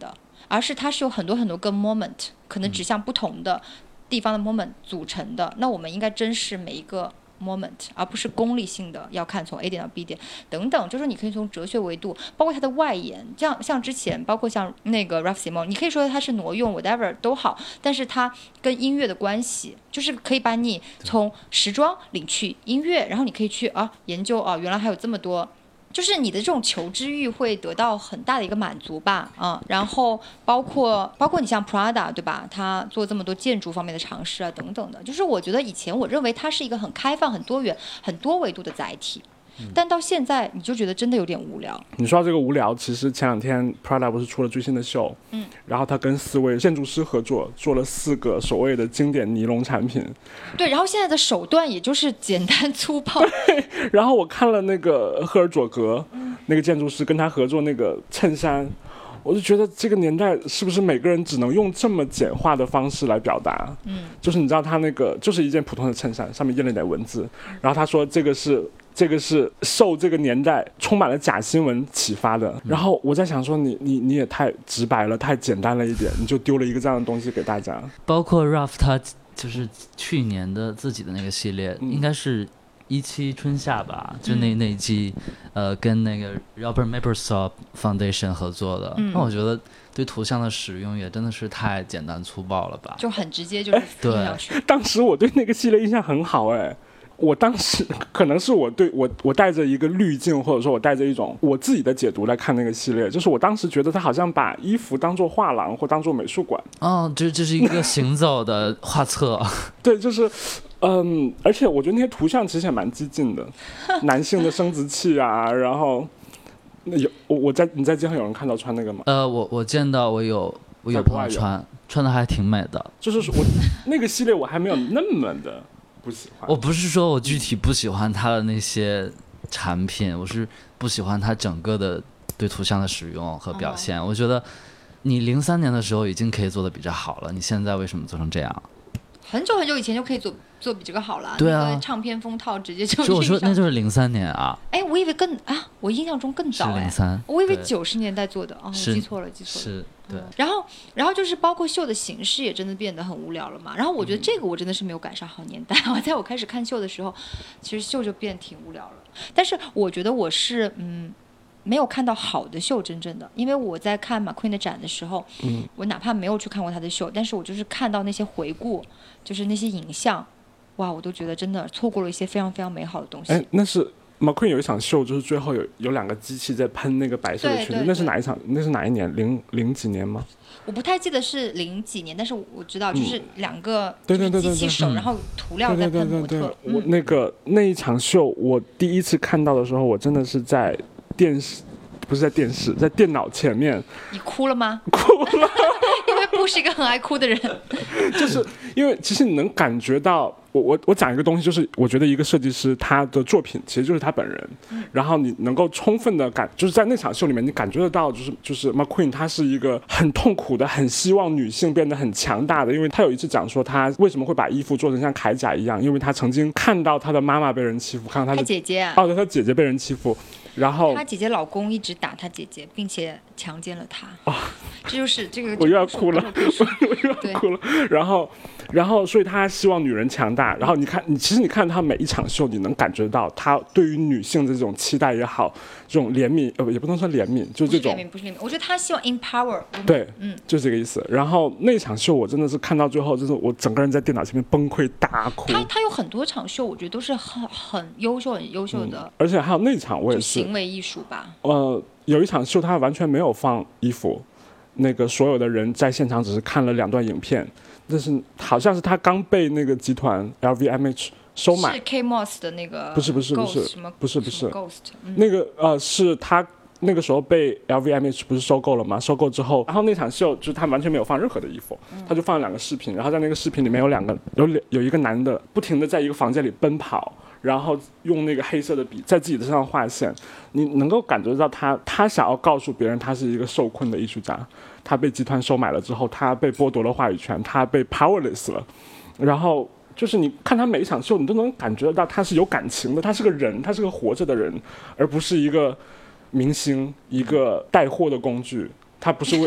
而是它是有很多很多个 moment， 可能指向不同的地方的 moment 组成的。那我们应该珍视每一个 moment， 而不是功利性的要看从 A 点到 B 点等等。就是你可以从哲学维度，包括它的外延，这样像之前包括像那个 Ralph Simon， 你可以说它是挪用 whatever 都好，但是它跟音乐的关系就是可以把你从时装领去音乐，然后你可以去啊研究啊原来还有这么多。就是你的这种求知欲会得到很大的一个满足吧，嗯，然后包括包括你像 Prada 对吧，他做这么多建筑方面的尝试啊等等的，就是我觉得以前我认为它是一个很开放、很多元、很多维度的载体。但到现在你就觉得真的有点无聊。 你说到这个无聊，其实前两天 Prada 不是出了最新的秀，嗯，然后他跟四位建筑师合作，做了四个所谓的经典尼龙产品。 对，然后现在的手段也就是简单粗暴。 然后我看了那个赫尔佐格、嗯、那个建筑师跟他合作那个衬衫，我就觉得这个年代是不是每个人只能用这么简化的方式来表达？嗯，就是你知道他那个就是一件普通的衬衫，上面印了点文字，然后他说这个是。这个是受这个年代充满了假新闻启发的，然后我在想说你你你也太直白了，太简单了一点，你就丢了一个这样的东西给大家。 包括 Ralph 他就是去年的自己的那个系列，嗯、应该是一七春夏吧，就那那一季，呃，跟那个 Robert Mapplethorpe Foundation 合作的。那、嗯、我觉得对图像的使用也真的是太简单粗暴了吧， 就很直接，就是对。 当时我对那个系列印象很好哎。我当时可能是我对我我带着一个滤镜，或者说我带着一种我自己的解读来看那个系列，就是我当时觉得他好像把衣服当作画廊或当作美术馆。 哦，这这是一个行走的画册。 对，就是嗯，而且我觉得那些图像其实也蛮激进的，男性的生殖器啊，然后那有我我在你在街上有人看到穿那个吗？ 呃，我我见到我有我有朋友穿，穿的还挺美的。 就是我那个系列我还没有那么的。不喜欢。 我不是说我具体不喜欢他的那些产品，我是不喜欢他整个的对图像的使用和表现。哦、我觉得你零三年的时候已经可以做的比这好了，你现在为什么做成这样？ 很久很久以前就可以做做比这个好了。 对啊， 那个唱片封套直接就。 所以我说那就是零三年啊。 哎，我以为更啊，我印象中更早哎。 是零三。 我以为九十年代做的哦，我记错了，记错了。 是。对、嗯， 然后，然后就是包括秀的形式也真的变得很无聊了嘛。然后我觉得这个我真的是没有赶上好年代。我、嗯、在我开始看秀的时候，其实秀就变得挺无聊了。但是我觉得我是嗯，没有看到好的秀，真正的，因为我在看 McQueen 的展的时候，嗯，我哪怕没有去看过他的秀，但是我就是看到那些回顾，就是那些影像，哇，我都觉得真的错过了一些非常非常美好的东西。 哎，那是。McQueen 有一场秀，就是最后有有两个机器在喷那个白色的裙子，那是哪一场？那是哪一年？零零几年吗？ 我不太记得是零几年，但是我知道就是两个机器手，然后涂料在喷模特。 对对对对对，我那个那一场秀，我第一次看到的时候，我真的是在电视，不是在电视，在电脑前面。 你哭了吗？ 哭了， 因为布是一个很爱哭的人。 就是因为其实你能感觉到。我我我讲一个东西，就是我觉得一个设计师他的作品其实就是他本人，嗯、然后你能够充分的感，就是在那场秀里面你感觉得到，就是就是 McQueen 他是一个很痛苦的，很希望女性变得很强大的，因为他有一次讲说他为什么会把衣服做成像铠甲一样，因为他曾经看到他的妈妈被人欺负，看到他的他姐姐啊， 哦对，他姐姐被人欺负，然后他姐姐老公一直打他姐姐，并且强奸了他，哦，这就是这个我又要哭了，我又要哭了，然后。然后，所以他希望女人强大。然后你看，你其实你看他每一场秀，你能感觉到他对于女性的这种期待也好，这种怜悯，呃，也不能说怜悯，就是这种。 不是怜悯，不是怜悯。我觉得他希望 empower。 对，嗯，就是这个意思。然后那场秀，我真的是看到最后，就是我整个人在电脑前面崩溃大哭。 他他有很多场秀，我觉得都是很很优秀、很优秀的、嗯。 而且还有那场，我也是行为艺术吧。 呃，有一场秀，他完全没有放衣服，那个所有的人在现场只是看了两段影片。但是好像是他刚被那个集团 L V M H 收买， 是 K Moss 的那个， 不是不是不是什么不是不是 Ghost、嗯、 那个呃是他那个时候被 L V M H 不是收购了吗？收购之后，然后那场秀就是他完全没有放任何的衣服，嗯、他就放了两个视频，然后在那个视频里面有两个有有一个男的不停的在一个房间里奔跑。然后用那个黑色的笔在自己的身上画线，你能够感觉到他他想要告诉别人他是一个受困的艺术家，他被集团收买了之后，他被剥夺了话语权，他被 powerless 了。然后就是你看他每一场秀，你都能感觉到他是有感情的，他是个人，他是个活着的人，而不是一个明星，一个带货的工具。他不是为带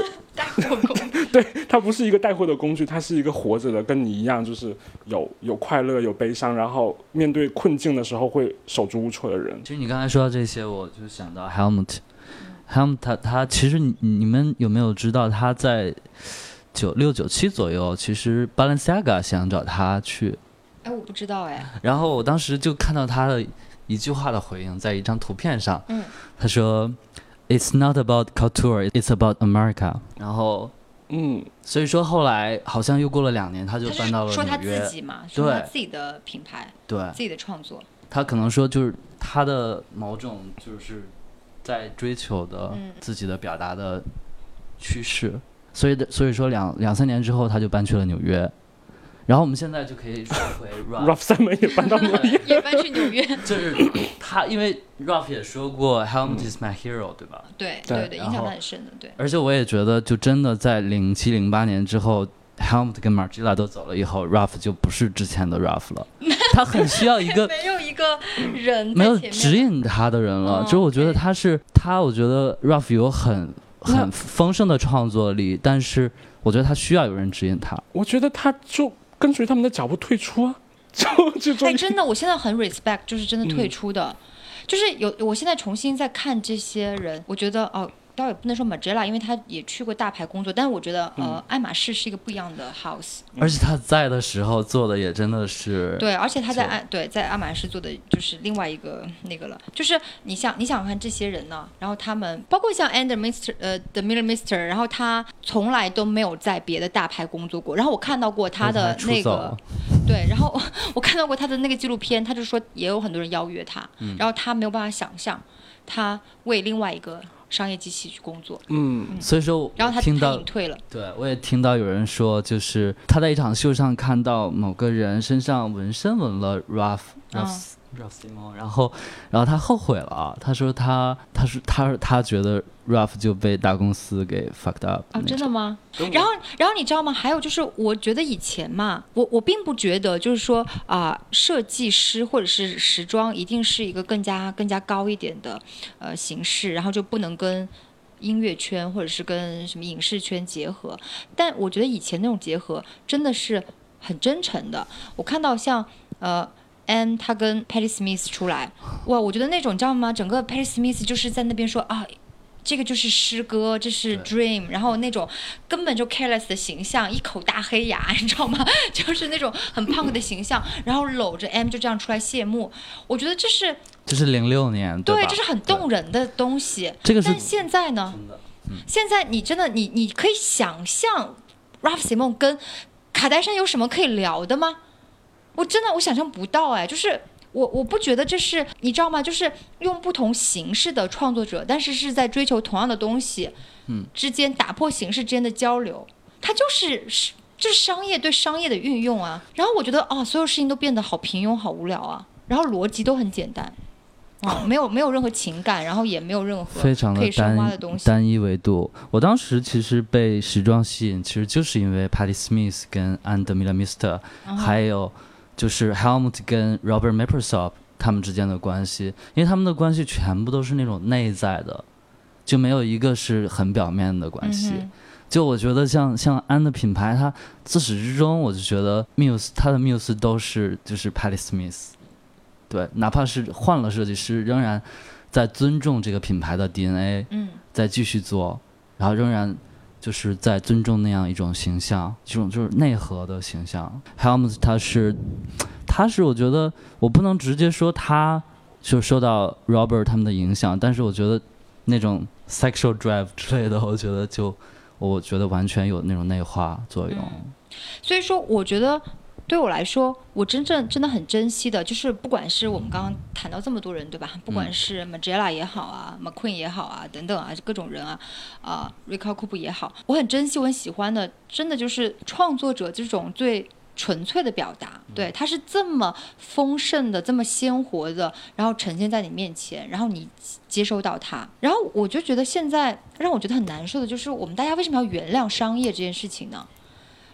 货工具。 对，它不是一个带货的工具，它是一个活着的，跟你一样，就是有有快乐有悲伤，然后面对困境的时候会手足无措的人。 其实你刚才说到这些，我就想到 Helmut。Helmut 他他其实你你们有没有知道他在九六九七左右，其实 Balenciaga 想找他去。 哎，我不知道哎。 然后我当时就看到他的一句话的回应，在一张图片上， 嗯， 他说 "It's not about couture, it's about America"。然后， 嗯， 所以说后来好像又过了两年，他就搬到了纽约。 说他自己嘛，说他自己的品牌， 对， 自己的创作。 他可能说就是他的某种就是在追求的自己的表达的趋势。嗯、所以所以说两两三年之后，他就搬去了纽约。然后我们现在就可以说回 Ralph Simon 也搬到纽约， 也搬去纽约。 就是他，因为 Ralph 也说过 "Helmut is my hero"，、嗯、对吧？ 对对对，影响他很深的。对。 而且我也觉得，就真的在零七零八年之后 ，Helmut 跟 Margiela 都走了以后 ，Ralph 就不是之前的 Ralph 了。他很需要一个没有一个人没有指引他的人了。就是我觉得他是他，我觉得 Ralph 有很很丰盛的创作力，但是我觉得他需要有人指引他。 我觉得他就跟随他们的脚步退出啊，就就哎，真的，我现在很 respect， 就是真的退出的，嗯、就是有我现在重新在看这些人，我觉得哦。倒也不能说 Margiela， 因为他也去过大牌工作，但是我觉得呃，嗯、爱马仕是一个不一样的 house， 而且他在的时候做的也真的是对，而且他在爱对在爱马仕做的就是另外一个那个了，就是你想你想看这些人呢，然后他们包括像 Ander Mister 呃 The Miller Mister， 然后他从来都没有在别的大牌工作过，然后我看到过他的那个对，然后我看到过他的那个纪录片，他就说也有很多人邀约他，嗯、然后他没有办法想象他为另外一个商业机器去工作， 嗯，嗯所以说， 然后他听到隐退了。 对，我也听到有人说，就是他在一场秀上看到某个人身上纹身纹了 Ralph Ralph、嗯、Ralph Simon， 然后，然后他后悔了，他说他他是他他觉得 Ralph 就被大公司给 fucked up。 哦，真的吗？然后，然后你知道吗？还有就是，我觉得以前嘛，我我并不觉得就是说啊、呃，设计师或者是时装一定是一个更加更加高一点的呃形式，然后就不能跟音乐圈或者是跟什么影视圈结合。但我觉得以前那种结合真的是很真诚的。我看到像呃。Anne 他跟 Patti Smith 出来，哇，我觉得那种你知道吗？整个 Patti Smith 就是在那边说啊，这个就是诗歌，这是 dream， 然后那种根本就 careless 的形象，一口大黑牙，你知道吗？就是那种很 punk 的形象，然后搂着 Anne 就这样出来谢幕。我觉得这是这是零六年，对吧？ 对，这是很动人的东西。 这个是， 但现在呢？嗯、现在你真的你你可以想象 Ralph Simon 跟卡戴珊有什么可以聊的吗？我真的我想象不到哎，就是我我不觉得这是你知道吗？就是用不同形式的创作者，但是是在追求同样的东西，嗯，之间打破形式之间的交流，它就是是就是商业对商业的运用啊。然后我觉得哦，所有事情都变得好平庸好无聊啊，然后逻辑都很简单，啊，没有没有任何情感，然后也没有任何可以深挖的东西， 单一维度。我当时其实被时装吸引，其实就是因为 Patti Smith 跟 Anne de Miller Mister，、嗯、还有。就是 Helmut 跟 Robert Mapplethorpe 他们之间的关系，因为他们的关系全部都是那种内在的，就没有一个是很表面的关系。嗯、就我觉得像像安的品牌，它自始至终我就觉得 Muse 它的 Muse 都是就是 Patti Smith， 对，哪怕是换了设计师，仍然在尊重这个品牌的 D N A， 嗯，在继续做，然后仍然。就是在尊重那样一种形象，这种就是内核的形象。Helmut 他是，他是我觉得我不能直接说他就受到 Robert 他们的影响，但是我觉得那种 sexual drive 之类的，我觉得就我觉得完全有那种内化作用。嗯、 所以说，我觉得。对我来说，我真正真的很珍惜的，就是不管是我们刚刚谈到这么多人，对吧？不管是 Margiela 也好啊、嗯、McQueen 也好啊，等等啊，各种人啊，啊 Ricard Coupe 也好，我很珍惜，我很喜欢的，真的就是创作者这种最纯粹的表达。对，它是这么丰盛的，这么鲜活的，然后呈现在你面前，然后你接收到它。然后我就觉得现在让我觉得很难受的就是，我们大家为什么要原谅商业这件事情呢？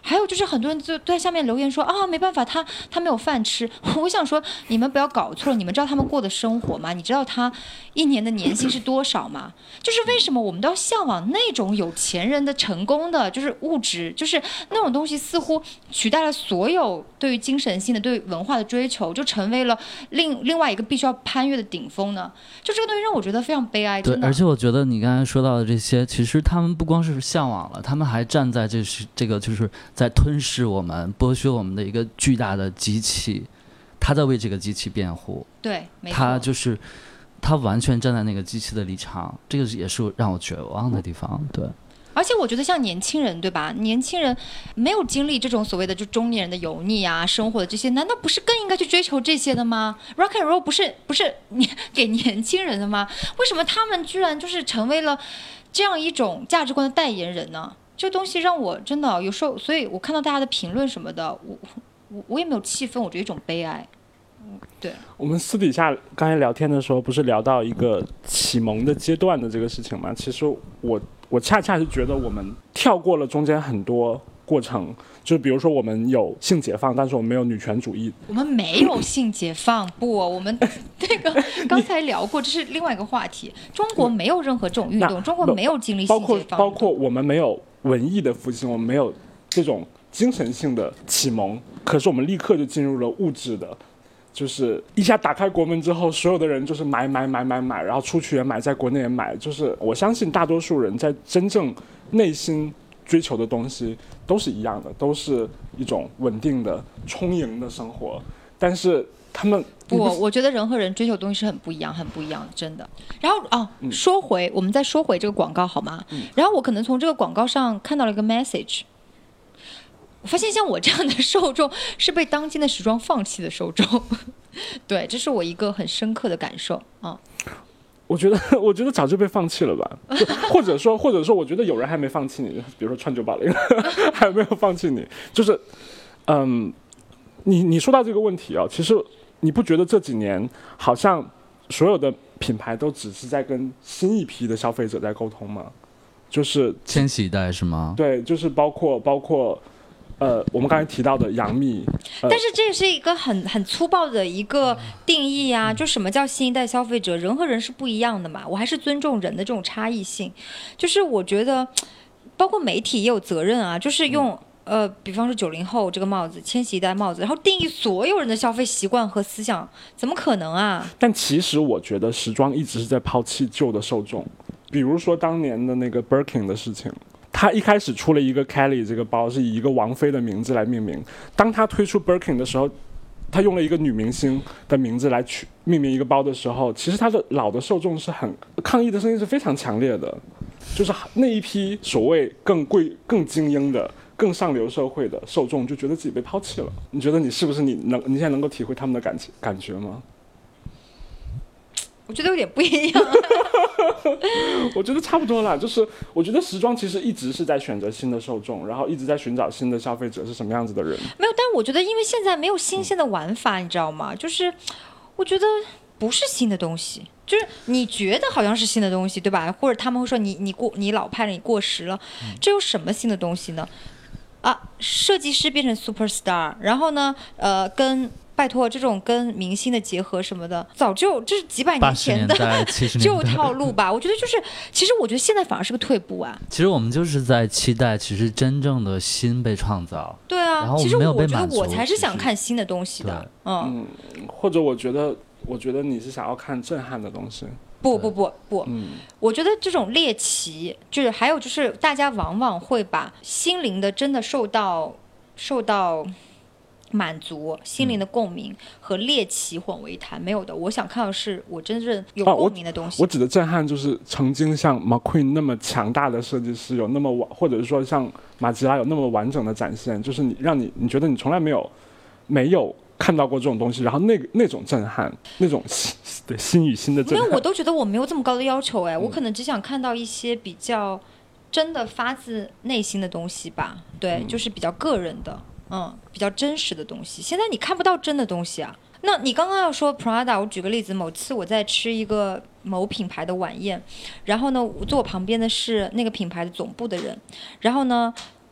还有就是很多人就都在下面留言说啊，没办法，他他没有饭吃。我想说，你们不要搞错了，你们知道他们过的生活吗？你知道他一年的年薪是多少吗？就是为什么我们都要向往那种有钱人的成功的，就是物质，就是那种东西，似乎取代了所有对于精神性的、对文化的追求，就成为了另另外一个必须要攀越的顶峰呢？就这个东西让我觉得非常悲哀。 对， 真的。 而且我觉得你刚才说到的这些，其实他们不光是向往了，他们还站在这是这个就是在吞噬我们、剥削我们的一个巨大的机器，他在为这个机器辩护。 对，没错。 他就是他完全站在那个机器的立场，这个也是让我绝望的地方。对。 而且我觉得像年轻人，对吧？年轻人没有经历这种所谓的就中年人的油腻啊，生活的这些，难道不是更应该去追求这些的吗 ？Rock and roll 不是不是你给年轻人的吗？为什么他们居然就是成为了这样一种价值观的代言人呢？这个东西让我真的有时候，所以我看到大家的评论什么的，我我我也没有气愤，我觉得一种悲哀。对， 我们私底下刚才聊天的时候，不是聊到一个启蒙的阶段的这个事情吗？其实我我恰恰是觉得我们跳过了中间很多过程，就比如说我们有性解放，但是我们没有女权主义。 我们没有性解放，不，我们这个刚才聊过，这是另外一个话题。中国没有任何这种运动，中国没有经历性解放， 包括包括我们没有文艺的复兴，我们没有这种精神性的启蒙，可是我们立刻就进入了物质的。就是一下打开国门之后，所有的人就是买买买买买，然后出去也买，在国内也买。就是我相信大多数人在真正内心追求的东西都是一样的，都是一种稳定的充盈的生活。但是他们不，我觉得人和人追求的东西是很不一样，很不一样，真的。然后哦，嗯、说回我们再说回这个广告好吗？嗯、然后我可能从这个广告上看到了一个 message。我发现像我这样的受众是被当今的时装放弃的受众，对，这是我一个很深刻的感受啊。 我觉得，我觉得早就被放弃了吧，或者说，或者说，我觉得有人还没放弃你，比如说川久保玲还没有放弃你，就是，嗯，你你说到这个问题啊，其实你不觉得这几年好像所有的品牌都只是在跟新一批的消费者在沟通吗？就是千禧一代是吗？ 对，就是包括包括。呃，我们刚才提到的杨幂、呃， 但是这是一个很很粗暴的一个定义啊，就什么叫新一代消费者？人和人是不一样的嘛，我还是尊重人的这种差异性。就是我觉得，包括媒体也有责任啊，就是用、嗯、呃，比方说九零后这个帽子，千禧一代帽子，然后定义所有人的消费习惯和思想，怎么可能啊？ 但其实我觉得时装一直是在抛弃旧的受众，比如说当年的那个 Birkin 的事情。他一开始出了一个 Kelly 这个包是以一个王菲的名字来命名，当他推出 Birkin 的时候，他用了一个女明星的名字来取命名一个包的时候，其实他的老的受众是很抗议的声音是非常强烈的，就是那一批所谓更贵更精英的更上流社会的受众就觉得自己被抛弃了。你觉得你是不是你能你现在能够体会他们的感感觉吗？ 我觉得有点不一样我觉得差不多啦，就是我觉得时装其实一直是在选择新的受众，然后一直在寻找新的消费者是什么样子的人。 没有，但我觉得因为现在没有新鲜的玩法、嗯、你知道吗？就是我觉得不是新的东西，就是你觉得好像是新的东西，对吧？或者他们会说你你过你老派了，你过时了，这有什么新的东西呢？啊，设计师变成 superstar， 然后呢呃跟拜托，这种跟明星的结合什么的，早就这是几百年前的旧套路吧。我觉得就是，其实我觉得现在反而是个退步啊。 其实我们就是在期待，其实真正的新被创造。 对啊， 然后我们没有被满足。 其实我觉得我才是想看新的东西的。嗯, 嗯，或者我觉得，我觉得你是想要看震撼的东西。 不不不不、 嗯， 我觉得这种猎奇，就是还有就是大家往往会把心灵的真的受到受到。满足心灵的共鸣和猎奇混为一谈，没有的。我想看的是我真正有共鸣的东西。 啊、我, 我指的震撼就是曾经像 McQueen 那么强大的设计师有那么完，或者是说像马吉拉有那么完整的展现，就是你让你你觉得你从来没有没有看到过这种东西，然后那个那种震撼，那种对心与心的震撼。 因为我都觉得我没有这么高的要求哎、嗯，我可能只想看到一些比较真的发自内心的东西吧，对，嗯、就是比较个人的。嗯，比较真实的东西，现在你看不到真的东西啊。那你刚刚要说 Prada， 我举个例子，某次我在吃一个某品牌的晚宴，然后呢，坐我旁边的是那个品牌的总部的人，然后呢，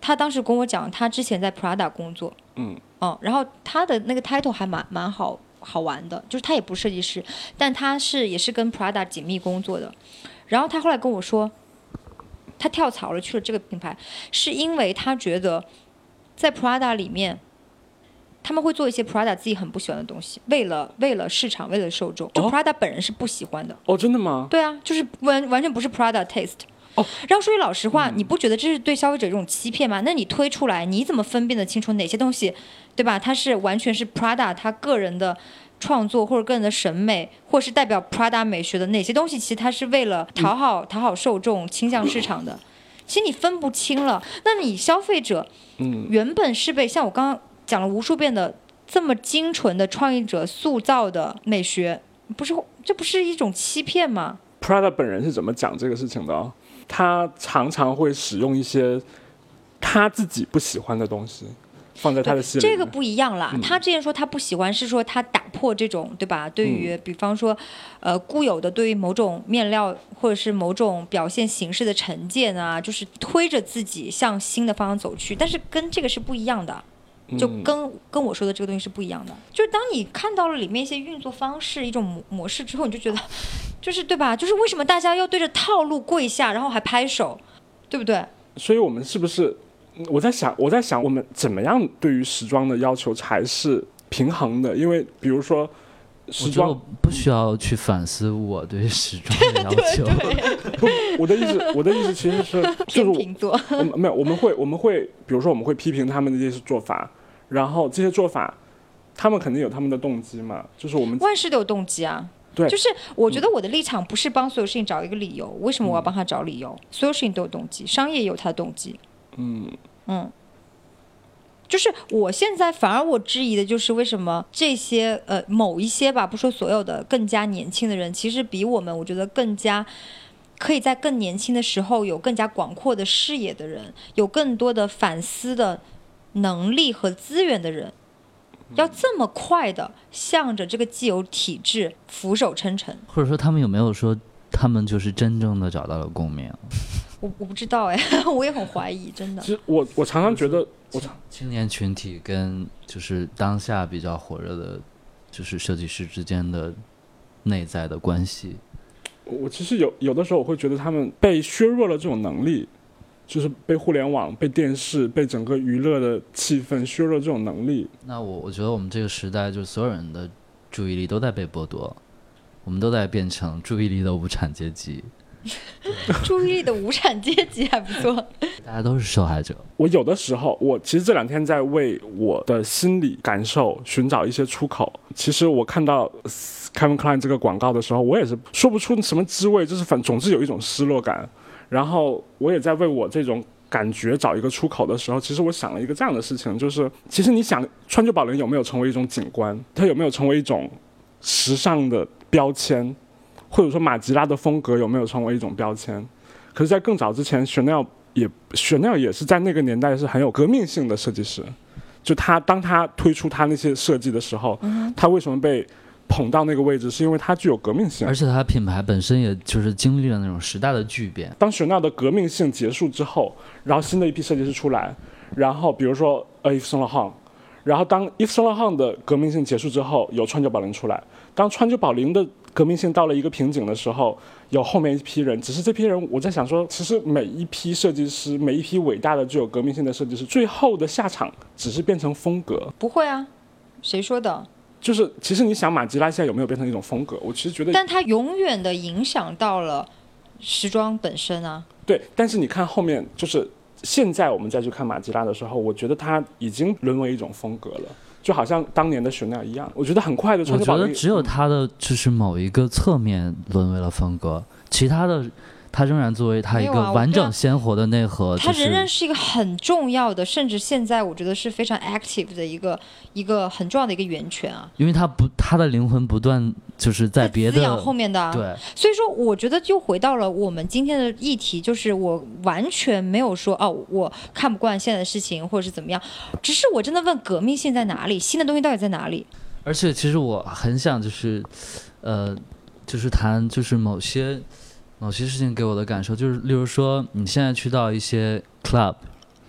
他当时跟我讲，他之前在 Prada 工作， 嗯嗯，然后他的那个 title 还蛮蛮好好玩的，就是他也不是设计师，但他是也是跟 Prada 紧密工作的。然后他后来跟我说，他跳槽了去了这个品牌，是因为他觉得在 Prada 里面，他们会做一些 Prada 自己很不喜欢的东西，为了为了市场，为了受众，就 Prada 本人是不喜欢的。 哦，真的吗？ 对啊，就是完完全不是 Prada taste。 哦， 然后说句老实话、 嗯， 你不觉得这是对消费者一种欺骗吗？那你推出来，你怎么分辨得清楚哪些东西，对吧？它是完全是 Prada 他个人的创作或者个人的审美，或是代表 Prada 美学的哪些东西，其实它是为了讨好、嗯、讨好受众、倾向市场的。其实你分不清了。那你消费者， 嗯， 原本是被像我刚刚讲了无数遍的这么精纯的创意者塑造的美学，不是这不是一种欺骗吗？ Prada 本人是怎么讲这个事情的、哦？他常常会使用一些他自己不喜欢的东西放在他的戏里面。 这个不一样啦、嗯、他之前说他不喜欢是说他打破这种对吧，对于、嗯、比方说呃固有的对于某种面料或者是某种表现形式的成见啊，就是推着自己向新的方向走去，但是跟这个是不一样的，就跟、嗯、跟我说的这个东西是不一样的。就是当你看到了里面一些运作方式一种模式之后，你就觉得就是对吧，就是为什么大家要对着套路跪下然后还拍手，对不对？ 所以我们是不是我在想我在想我们怎么样对于时装的要求才是平衡的？因为比如说时装， 我不需要去反思我对时装的要求。 不，我的意思，我的意思其实是，就是天秤座， 我们没有，我们会，我们会，比如说我们会批评他们的这些做法，然后这些做法，他们肯定有他们的动机嘛，就是我们万事都有动机啊。 对， 就是我觉得我的立场不是帮所有事情找一个理由，嗯、为什么我要帮他找理由？所有事情都有动机，商业也有他的动机。 嗯嗯。就是我现在反而我质疑的就是为什么这些呃某一些吧，不说所有的更加年轻的人，其实比我们我觉得更加可以在更年轻的时候有更加广阔的视野的人，有更多的反思的能力和资源的人，要这么快的向着这个既有体制俯首称臣。 或者说他们有没有说他们就是真正的找到了共鸣？ 我我不知道哎，我也很怀疑，真的。 其实我我常常觉得，我青年群体跟就是当下比较火热的，就是设计师之间的内在的关系。 我其实有有的时候我会觉得他们被削弱了这种能力，就是被互联网、被电视、被整个娱乐的气氛削弱这种能力。 那我我觉得我们这个时代，就是所有人的注意力都在被剥夺，我们都在变成注意力的无产阶级。 注意力的无产阶级还不错， 大家都是受害者。 我有的时候，我其实这两天在为我的心理感受寻找一些出口。其实我看到 Calvin Klein 这个广告的时候，我也是说不出什么滋味，就是反总之有一种失落感。然后我也在为我这种感觉找一个出口的时候，其实我想了一个这样的事情，就是其实你想川久保玲有没有成为一种景观，它有没有成为一种时尚的标签，或者说马吉拉的风格有没有成为一种标签？可是在更早之前 Chanel 也 Chanel 也是在那个年代是很有革命性的设计师，就他当他推出他那些设计的时候、嗯、他为什么被捧到那个位置，是因为它具有革命性， 而且它品牌本身也就是经历了那种时代的巨变。 当 Chanel 的革命性结束之后，然后新的一批设计师出来，然后比如说 Yves Saint Laurent，然后当 Yves Saint Laurent 的革命性结束之后，有川久保玲出来。当川久保玲的革命性到了一个瓶颈的时候，有后面一批人。只是这批人，我在想说，其实每一批设计师，每一批伟大的具有革命性的设计师，最后的下场只是变成风格。 不会啊，谁说的？ 就是其实你想马吉拉现在有没有变成一种风格？我其实觉得， 但它永远的影响到了时装本身啊。 对，但是你看后面，就是现在我们再去看马吉拉的时候，我觉得它已经沦为一种风格了，就好像当年的Chanel一样。我觉得很快的川久保玲， 我觉得只有它的就是某一个侧面沦为了风格，其他的它仍然作为它一个完整鲜活的内核、就是、 它仍然是一个很重要的，甚至现在我觉得是非常 active 的一个一个很重要的一个源泉啊。 因为它不，它的灵魂不断就是在别的滋养后面的、啊、 对， 所以说我觉得又回到了我们今天的议题，就是我完全没有说哦，我看不惯现在的事情或者是怎么样，只是我真的问革命性在哪里，新的东西到底在哪里。 而且其实我很想就是呃就是谈就是某些某些事情给我的感受，就是例如说你现在去到一些 club，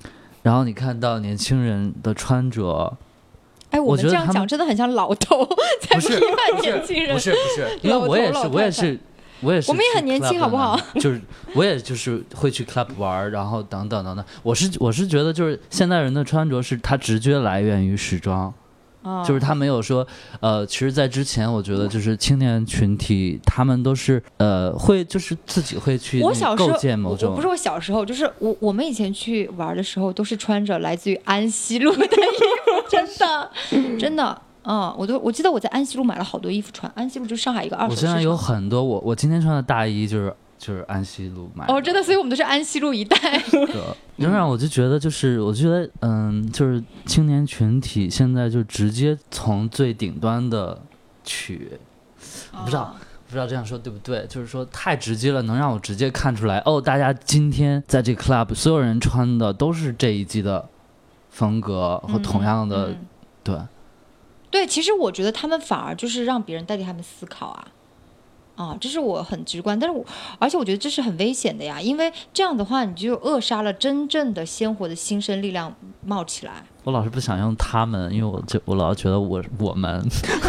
然后你看到年轻人的穿着， 哎，我们这样讲真的很像老头在批判年轻人。 不是不是，不是因为我也是我也是我也是， 我们也很年轻好不好？ 就是我也就是会去 club 玩，然后等等等等。我是我是觉得就是现代人的穿着是它直接来源于时装。就是他没有说，呃，其实，在之前，我觉得就是青年群体，他们都是呃，会就是自己会去构建某种。 我不是我小时候，就是我我们以前去玩的时候，都是穿着来自于安溪路的衣服，真的，真的，嗯，我都我记得我在安溪路买了好多衣服穿。安溪路就是上海一个二手市场。 我现在有很多，我我今天穿的大衣就是。就是安溪路买哦，真的，所以我们都是安溪路一带。 对，仍然我就觉得，就是我觉得，嗯，就是青年群体现在就直接从最顶端的取，我不知道，不知道这样说对不对？就是说太直接了，能让我直接看出来，哦，大家今天在这 club 所有人穿的都是这一季的风格和同样的， 嗯嗯、 对， 对，其实我觉得他们反而就是让别人代替他们思考啊。啊，这是我很直观，但是我而且我觉得这是很危险的呀，因为这样的话你就扼杀了真正的鲜活的新生力量冒起来。 我老是不想用他们，因为我就我老觉得我我们。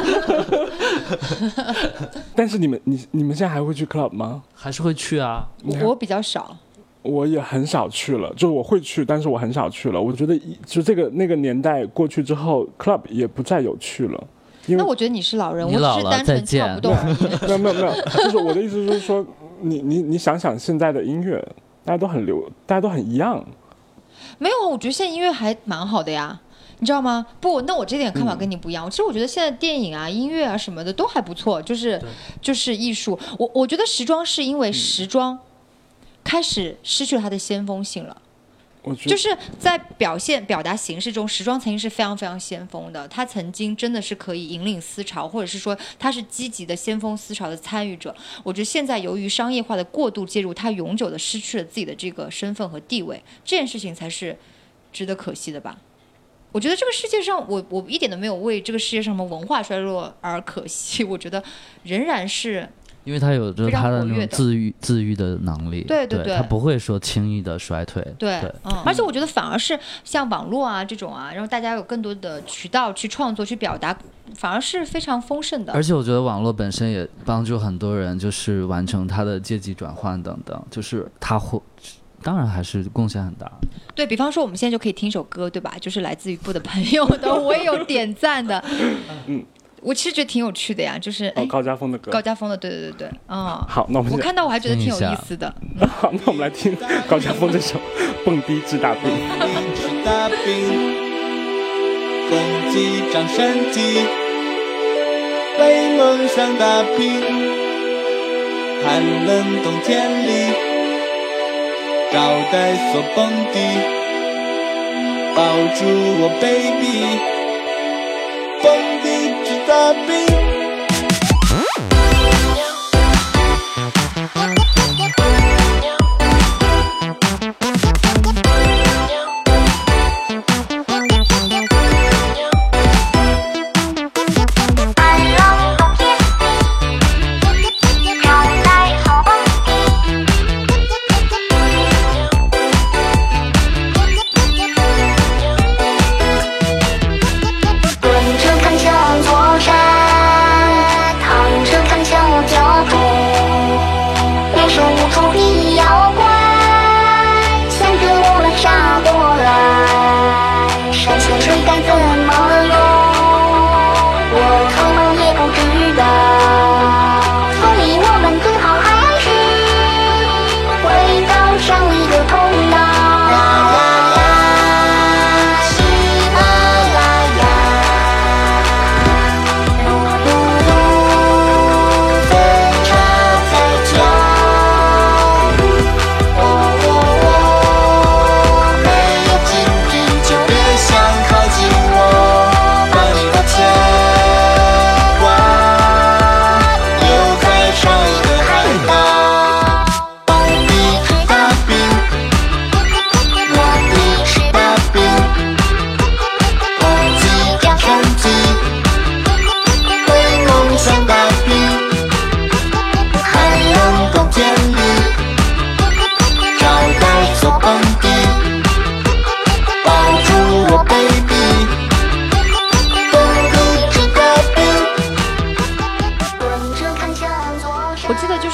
但是你们你你们现在还会去 club 吗？ 还是会去啊？ 我比较少。 我也很少去了，就是我会去，但是我很少去了。我觉得就这个那个年代过去之后 ，club 也不再有趣了。 那我觉得你是老人，我只是单纯跳不动而已。 没有没有没有，就是我的意思就是说，你你你想想现在的音乐，大家都很流，大家都很一样。 没有啊，我觉得现在音乐还蛮好的呀，你知道吗？不，那我这点看法跟你不一样。嗯、其实我觉得现在电影啊、音乐啊什么的都还不错，就是就是艺术。我我觉得时装是因为时装开始失去了它的先锋性了。就是在表现表达形式中，时装曾经是非常非常先锋的，它曾经真的是可以引领思潮，或者是说它是积极的先锋思潮的参与者。我觉得现在由于商业化的过度介入，它永久的失去了自己的这个身份和地位，这件事情才是值得可惜的吧。我觉得这个世界上，我我一点都没有为这个世界上的文化衰落而可惜，我觉得仍然是。 因为他有着他的那种自愈自愈的能力， 对对对， 他不会说轻易的衰退， 对， 对嗯，而且我觉得反而是像网络啊这种啊，然后大家有更多的渠道去创作、去表达，反而是非常丰盛的。 而且我觉得网络本身也帮助很多人，就是完成他的阶级转换等等，就是他会。当然还是贡献很大。 对，比方说我们现在就可以听首歌，对吧？就是来自于不的朋友的，我也有点赞的。嗯。我其实觉得挺有趣的呀，就是哦，高家峰的歌， 高家峰的，对对对对，嗯， 好，那我们我看到我还觉得挺有意思的。 嗯、好，那我们来听高家峰这首《蹦迪治大病》。 治大病，蹦极长身体，为梦想打拼，寒冷冬天里，招待所蹦迪，抱住我 baby。蹦迪治大病。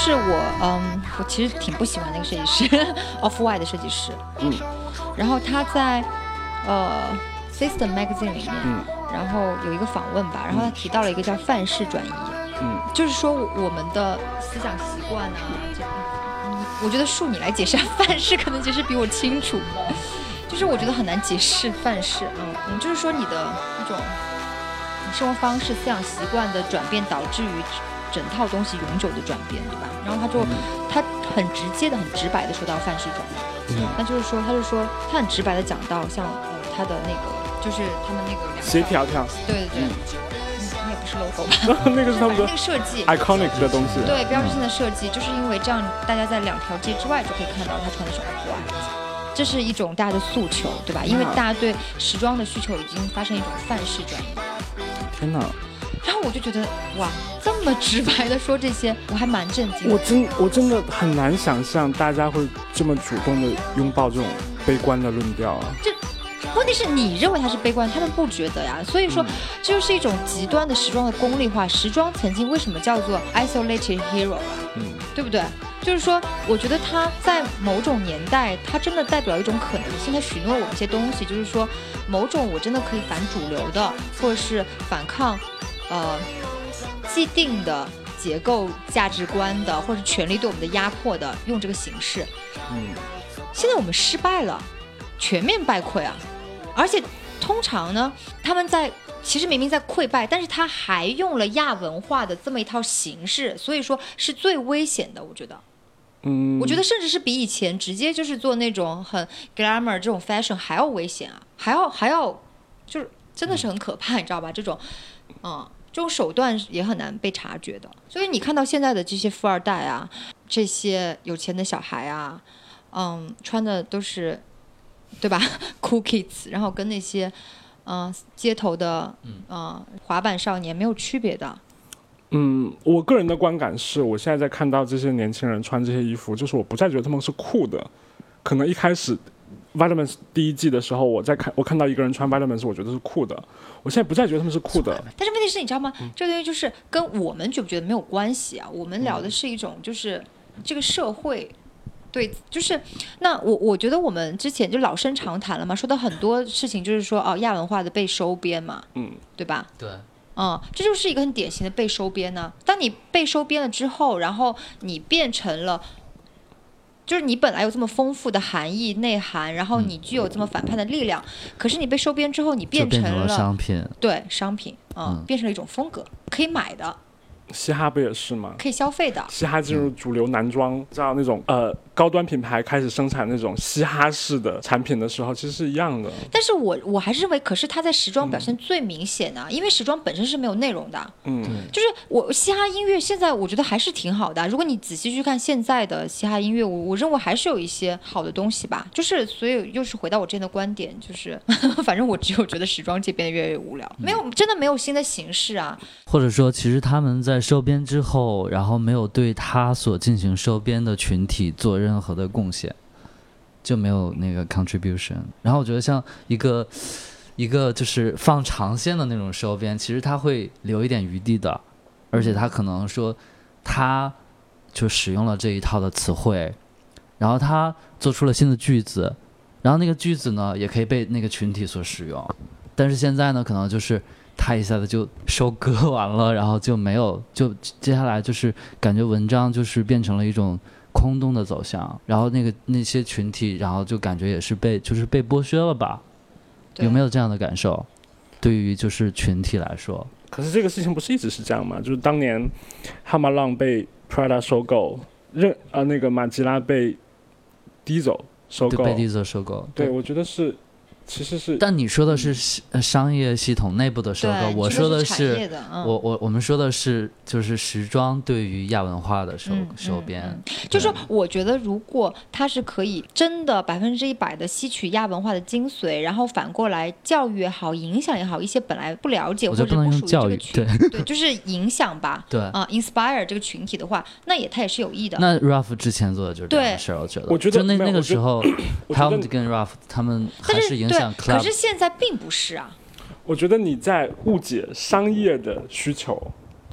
就是我，嗯，我其实挺不喜欢那个设计师，Off-White 的设计师。嗯。然后他在呃 System Magazine 里面，嗯，然后有一个访问吧，然后他提到了一个叫范式转移。嗯。就是说我们的思想习惯啊，这个，嗯，我觉得恕你来解释，范式可能解释比我清楚。就是我觉得很难解释范式，嗯嗯，就是说你的一种生活方式、思想习惯的转变，导致于整套东西永久的转变，对吧？然后他就、嗯、他很直接的、很直白的说到范式转移，嗯，那就是说，他就说他很直白的讲到像呃他的那个就是他们那个斜条条， 对对对，嗯，那也不是 logo 吧？ 那个是他们的那个设计 iconic 的东西， 对，标志性的设计，就是因为这样大家在两条街之外就可以看到他穿的是 Off-White。这是一种大家的诉求，对吧？因为大家对时装的需求已经发生一种范式转移。 天哪！ 然后我就觉得，哇，这么直白的说这些，我还蛮震惊的。 我真我真的很难想象大家会这么主动的拥抱这种悲观的论调啊。 这问题是你认为它是悲观，他们不觉得呀。所以说，嗯、这就是一种极端的时装的功利化。时装曾经为什么叫做 isolated hero 啊？嗯，对不对？就是说，我觉得它在某种年代，它真的代表一种可能性，它许诺了我们一些东西，就是说，某种我真的可以反主流的，或者是反抗，呃，既定的结构价值观的，或者是权力对我们的压迫的，用这个形式。嗯，现在我们失败了，全面败溃啊！而且通常呢，他们在。其实明明在溃败，但是他还用了亚文化的这么一套形式，所以说是最危险的，我觉得。嗯，我觉得甚至是比以前直接就是做那种很 glamour 这种 fashion 还要危险啊，还要还要，就是真的是很可怕，你知道吧？这种，嗯，这种手段也很难被察觉的。所以你看到现在的这些富二代啊，这些有钱的小孩啊，嗯，穿的都是，对吧 ？Cool kids， 然后跟那些。嗯、呃，街头的嗯、呃、滑板少年没有区别的。 嗯，我个人的观感是，我现在在看到这些年轻人穿这些衣服，就是我不再觉得他们是酷的。可能一开始 Vitamins 第一季的时候，我在看我看到一个人穿 Vitamins， 我觉得是酷的。我现在不再觉得他们是酷的。 但是问题是，你知道吗？嗯、这个东西就是跟我们觉不觉得没有关系啊。我们聊的是一种就是这个社会。对，就是那我我觉得我们之前就老生常谈了嘛，说到很多事情就是说哦亚文化的被收编嘛，嗯，对吧？ 对， 嗯，这就是一个很典型的被收编呢。当你被收编了之后，然后你变成了，就是你本来有这么丰富的含义内涵，然后你具有这么反叛的力量，嗯、可是你被收编之后，你变成了, 成了商品， 对，商品，嗯，嗯变成了一种风格，可以买的。 嘻哈不也是吗？ 可以消费的。 嘻哈进入主流男装，知道那种呃高端品牌开始生产那种嘻哈式的产品的时候，其实是一样的。 但是我我还是认为，可是它在时装表现最明显啊，嗯、因为时装本身是没有内容的。嗯，就是我嘻哈音乐现在我觉得还是挺好的。如果你仔细去看现在的嘻哈音乐，我我认为还是有一些好的东西吧。就是所以又是回到我之前的观点，就是反正我只有觉得时装界变得越来越无聊，没有真的没有新的形式啊。 或者说，其实他们在收编之后，然后没有对他所进行收编的群体做任何的贡献，就没有那个 contribution。然后我觉得像一个一个就是放长线的那种收编，其实他会留一点余地的，而且他可能说他就使用了这一套的词汇，然后他做出了新的句子，然后那个句子呢也可以被那个群体所使用。但是现在呢，可能就是他一下子就收割完了，然后就没有，就接下来就是感觉文章就是变成了一种空洞的走向，然后那个那些群体，然后就感觉也是被就是被剥削了吧？有没有这样的感受？对于就是群体来说， 可是这个事情不是一直是这样吗？就是当年哈马浪被 Prada 收购，任呃那个马吉拉被 Diesel 收购， 被 Diesel 收购， 对，我觉得是。其实是， 但你说的是商业系统内部的收购，我说的是， 的嗯、 我我我们说的是就是时装对于亚文化的收、嗯、收编、嗯嗯。就是说，我觉得如果它是可以真的百分之一百的吸取亚文化的精髓，然后反过来教育也好，影响也好，一些本来不了解或者不属于这个群，对, 对，就是影响吧， 对啊、呃、，inspire 这个群体的话，那也它也是有益的。 那 Ralph 之前做的就是这样的事，我觉得， 我觉得就那那个时候 ，Helmut 跟 Ralph 他们还是影响。 对，可是现在并不是啊。 我觉得你在误解商业的需求，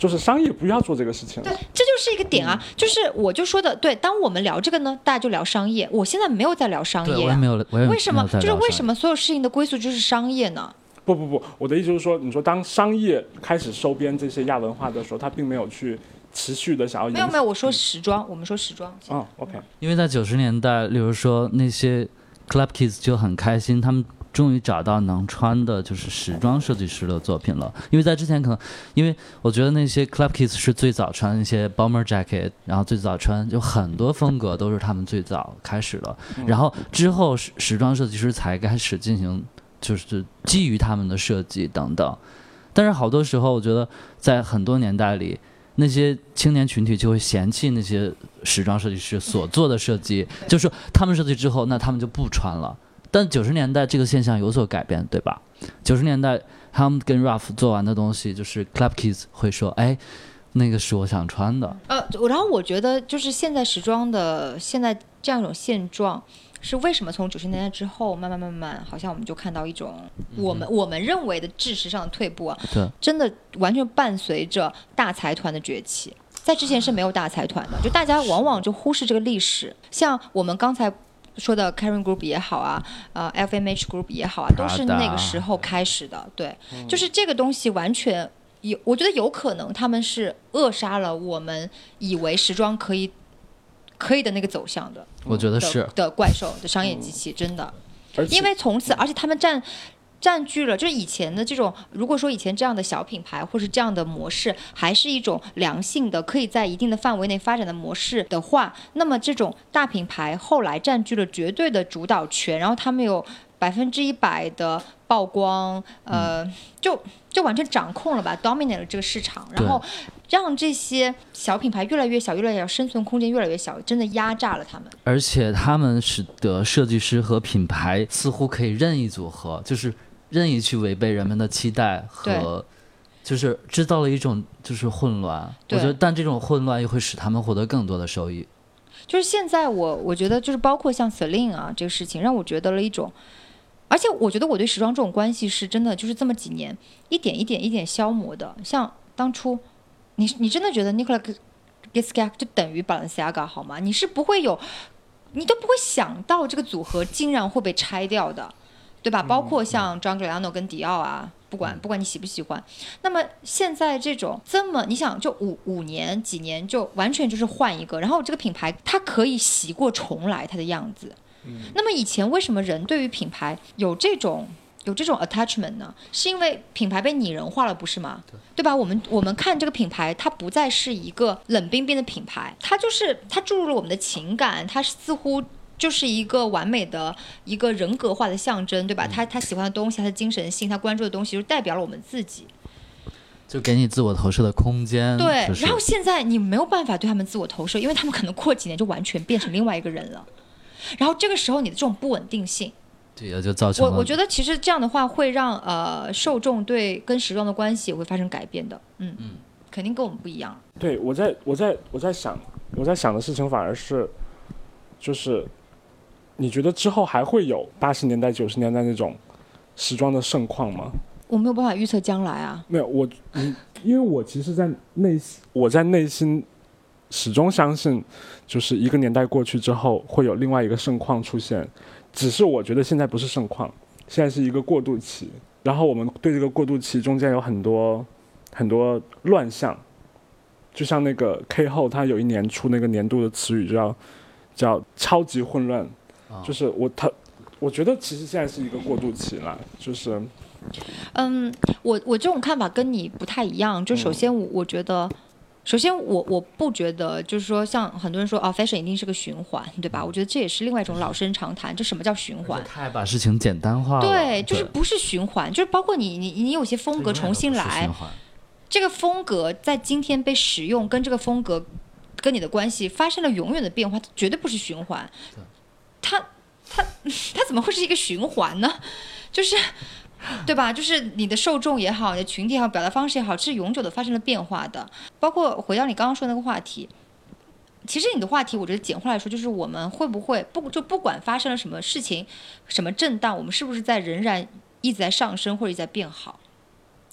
就是商业不要做这个事情。 对，这就是一个点啊、嗯、就是我就说的对，当我们聊这个呢大家就聊商业，我现在没有在聊商业、啊、 对我也没有我也没有为什么就是为什么所有事情的归宿就是商业呢？ 不不不，我的意思就是说，你说当商业开始收编这些亚文化的时候，他并没有去持续的想要。 没有没有，我说时装，嗯、我们说时装。 哦 ，OK。 因为在九十年代，例如说那些 Club Kids 就很开心，他们终于找到能穿的就是时装设计师的作品了。因为在之前可能，因为我觉得那些 Club Kids 是最早穿一些 bomber jacket， 然后最早穿就很多风格都是他们最早开始的，嗯、然后之后时时装设计师才开始进行。就是基于他们的设计等等，但是好多时候我觉得在很多年代里，那些青年群体就会嫌弃那些时装设计师所做的设计，就是说他们设计之后那他们就不穿了。但九十年代这个现象有所改变，对吧？九十年代他们跟 Ralph 做完的东西，就是 Club Kids 会说，哎，那个是我想穿的。 呃，然后我觉得就是现在时装的现在这样一种现状。是为什么从九十年代之后慢慢慢慢好像我们就看到一种我们、嗯、我们认为的知识上的退步啊， 对， 真的完全伴随着大财团的崛起。在之前是没有大财团的，就大家往往就忽视这个历史。像我们刚才说的 Kering Group 也好啊，呃 L V M H Group 也好啊，都是那个时候开始的。对，就是这个东西完全有，我觉得有可能他们是扼杀了我们以为时装可以。可以的那个走向的， 我觉得是的, 的怪兽的商业机器，真的，因为从此，而且他们占占据了，就是以前的这种，如果说以前这样的小品牌或是这样的模式，还是一种良性的，可以在一定的范围内发展的模式的话，那么这种大品牌后来占据了绝对的主导权，然后他们有百分之一百的曝光，呃，嗯、就就完全掌控了吧 ，dominate 了这个市场，然后。让这些小品牌越来越小，越来越小，生存空间越来越小，真的压榨了他们。 而且他们使得设计师和品牌似乎可以任意组合，就是任意去违背人们的期待和，就是制造了一种就是混乱。我觉得，但这种混乱又会使他们获得更多的收益。 就是现在我我觉得就是包括像 Celine 啊这个事情，让我觉得了一种。而且我觉得我对时装这种关系是真的，就是这么几年一点一点一点消磨的。像当初。你你真的觉得 Nicola Giscard 就等于 Balenciaga 好吗？你是不会有，你都不会想到这个组合竟然会被拆掉的，对吧？包括像 John Galliano 跟迪奥啊，不管不管你喜不喜欢。那么现在这种这么你想就五五年几年就完全就是换一个，然后这个品牌它可以洗过重来它的样子。那么以前为什么人对于品牌有这种？有这种 attachment 呢，是因为品牌被拟人化了，不是吗？ 对, 对吧？我们我们看这个品牌，它不再是一个冷冰冰的品牌，它就是它注入了我们的情感，它似乎就是一个完美的一个人格化的象征，对吧？他他喜欢的东西，他的精神性，他关注的东西，就代表了我们自己， 就给你自我投射的空间。 对、 就是， 然后现在你没有办法对他们自我投射，因为他们可能过几年就完全变成另外一个人了。然后这个时候你的这种不稳定性。 也就造成了我, 我觉得其实这样的话会让呃受众对跟时装的关系也会发生改变的，嗯嗯，肯定跟我们不一样。 对，我在我在我在想我在想的事情反而是，就是你觉得之后还会有八十年代九十年代那种时装的盛况吗？ 我没有办法预测将来啊。 没有我，嗯，因为我其实在内我在内心始终相信，就是一个年代过去之后会有另外一个盛况出现。只是我觉得现在不是盛况，现在是一个过渡期，然后我们对这个过渡期中间有很多很多乱象，就像那个 K 后他有一年出那个年度的词语叫叫超级混乱，哦、就是我他我觉得其实现在是一个过渡期了，就是嗯，我我这种看法跟你不太一样，就首先我我觉得。首先我我不觉得就是说像很多人说啊 fashion 一定是个循环，对吧？我觉得这也是另外一种老生常谈，这什么叫循环？ 太把事情简单化了。 对，就是不是循环，就是包括你你你有些风格重新来，这个风格在今天被使用跟这个风格跟你的关系发生了永远的变化，绝对不是循环。它它它怎么会是一个循环呢？就是对吧？就是你的受众也好，你的群体也好，表达方式也好，是永久的发生了变化的。包括回到你刚刚说的那个话题，其实你的话题我觉得简化来说就是我们会不会不就不管发生了什么事情什么震荡，我们是不是在仍然一直在上升或者一直在变好。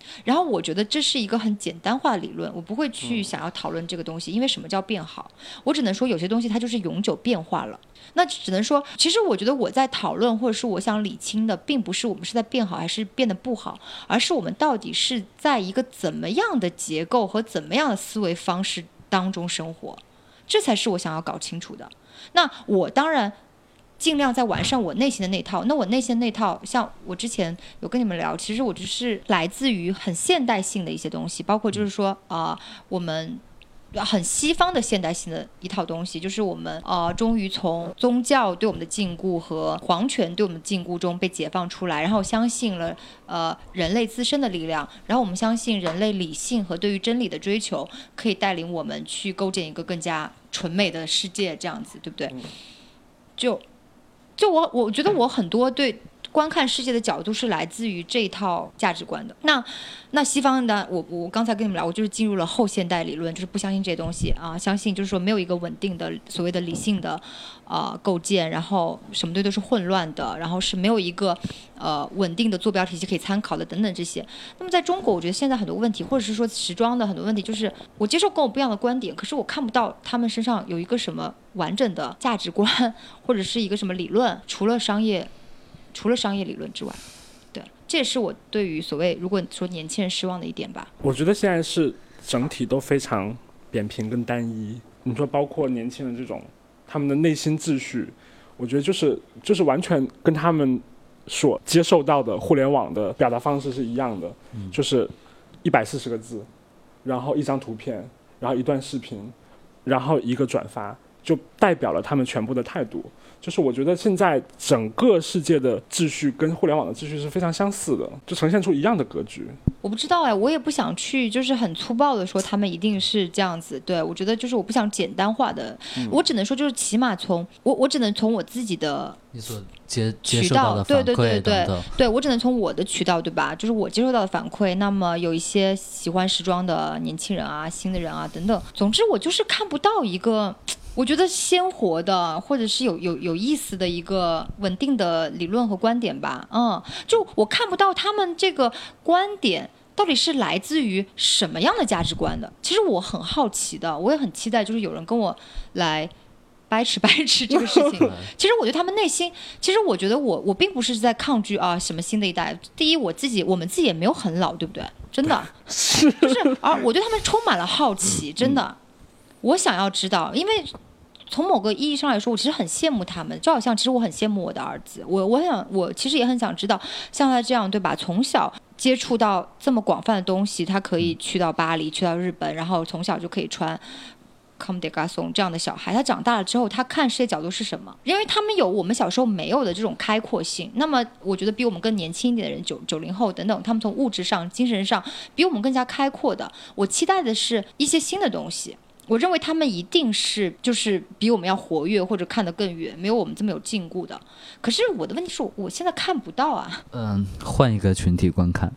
然后我觉得这是一个很简单化的理论，我不会去想要讨论这个东西，因为什么叫变好？我只能说有些东西它就是永久变化了。那只能说，其实我觉得我在讨论或者是我想理清的，并不是我们是在变好还是变得不好，而是我们到底是在一个怎么样的结构和怎么样的思维方式当中生活，这才是我想要搞清楚的。那我当然尽量在完善我内心的那套，那我内心的那套，像我之前有跟你们聊，其实我就是来自于很现代性的一些东西，包括就是说啊、呃，我们很西方的现代性的一套东西，就是我们呃终于从宗教对我们的禁锢和皇权对我们的禁锢中被解放出来，然后相信了呃人类自身的力量，然后我们相信人类理性和对于真理的追求可以带领我们去构建一个更加纯美的世界，这样子对不对？就就我我觉得我很多对观看世界的角度是来自于这一套价值观的。那那西方的，我我刚才跟你们聊，我就是进入了后现代理论，就是不相信这些东西啊，相信就是说没有一个稳定的所谓的理性的呃构建，然后什么东西都是混乱的，然后是没有一个呃稳定的坐标体系可以参考的等等这些。那么在中国，我觉得现在很多问题，或者是说时装的很多问题，就是我接受跟我不一样的观点，可是我看不到他们身上有一个什么完整的价值观，或者是一个什么理论，除了商业。除了商业理论之外，对，这也是我对于所谓如果说年轻人失望的一点吧。 我觉得现在是整体都非常扁平跟单一。你说包括年轻人这种他们的内心秩序，我觉得就是就是完全跟他们所接受到的互联网的表达方式是一样的，嗯、就是一百四十个字，然后一张图片，然后一段视频，然后一个转发，就代表了他们全部的态度。就是我觉得现在整个世界的秩序跟互联网的秩序是非常相似的，就呈现出一样的格局。 我不知道哎，我也不想去就是很粗暴的说他们一定是这样子。对，我觉得就是我不想简单化的，嗯、我只能说就是起码从我我只能从我自己的你所接接受到的反馈对对对对对对，我只能从我的渠道对吧？就是我接受到的反馈。那么有一些喜欢时装的年轻人啊、新的人啊等等，总之我就是看不到一个。我觉得鲜活的或者是有有有意思的一个稳定的理论和观点吧，嗯，就我看不到他们这个观点到底是来自于什么样的价值观的。其实我很好奇的，我也很期待，就是有人跟我来掰扯掰扯这个事情。其实我觉得他们内心，其实我觉得我我并不是在抗拒啊什么新的一代。第一，我自己我们自己也没有很老，对不对？真的是，就是啊，我对他们充满了好奇，真的，我想要知道，因为。从某个意义上来说，我其实很羡慕他们，就好像其实我很羡慕我的儿子，我我想我其实也很想知道像他这样对吧，从小接触到这么广泛的东西，他可以去到巴黎去到日本，然后从小就可以穿 Comme des Garçons 这样的小孩，他长大了之后他看世界角度是什么？因为他们有我们小时候没有的这种开阔性，那么我觉得比我们更年轻一点的人，九九零后等等，他们从物质上精神上比我们更加开阔的，我期待的是一些新的东西。我认为他们一定是就是比我们要活跃或者看得更远，没有我们这么有禁үг的。可是我的问题是我现在看不到啊。 嗯，换一个群体观看。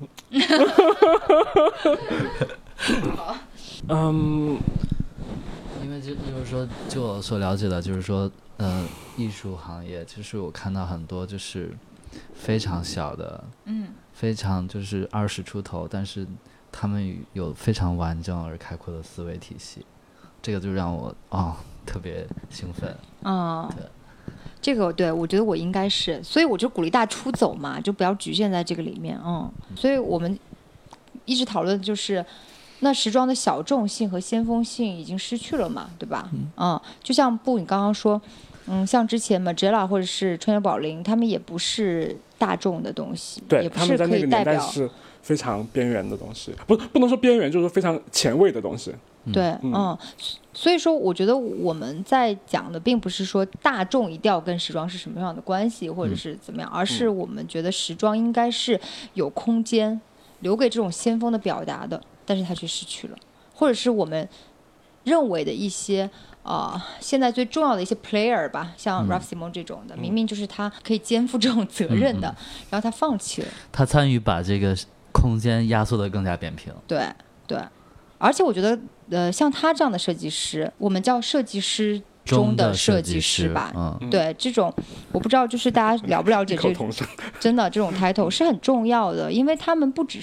嗯， 因为就就是说，就我所了解的，就是说，呃，艺术行业，就是我看到很多就是非常小的，嗯，非常就是二十出头，但是他们有非常完整而开阔的思维体系。这个就让我哦特别兴奋。嗯，对， 这个对我觉得我应该是，所以我就鼓励大家出走嘛，就不要局限在这个里面。嗯，所以我们一直讨论的就是，那时装的小众性和先锋性已经失去了嘛，对吧？嗯，嗯就像布你刚刚说，嗯，像之前 Margiela 或者是川久保玲，他们也不是大众的东西， 对， 也不是可以代表。 非常边缘的东西，不不能说边缘，就是非常前卫的东西。 对，嗯，嗯所以说我觉得我们在讲的并不是说大众一定要跟时装是什么样的关系，或者是怎么样，而是我们觉得时装应该是有空间留给这种先锋的表达的，但是它却失去了，或者是我们认为的一些啊、呃，现在最重要的一些 player 吧，像 Raf Simons 这种的、嗯，明明就是他可以肩负这种责任的，嗯嗯然后他放弃了。 他参与把这个空间压缩得更加扁平。 对对，而且我觉得，呃，像他这样的设计师，我们叫设计师中的设计师吧， 嗯、 对这种，我不知道就是大家了不了解这种，真的这种 title 是很重要的，因为他们不只是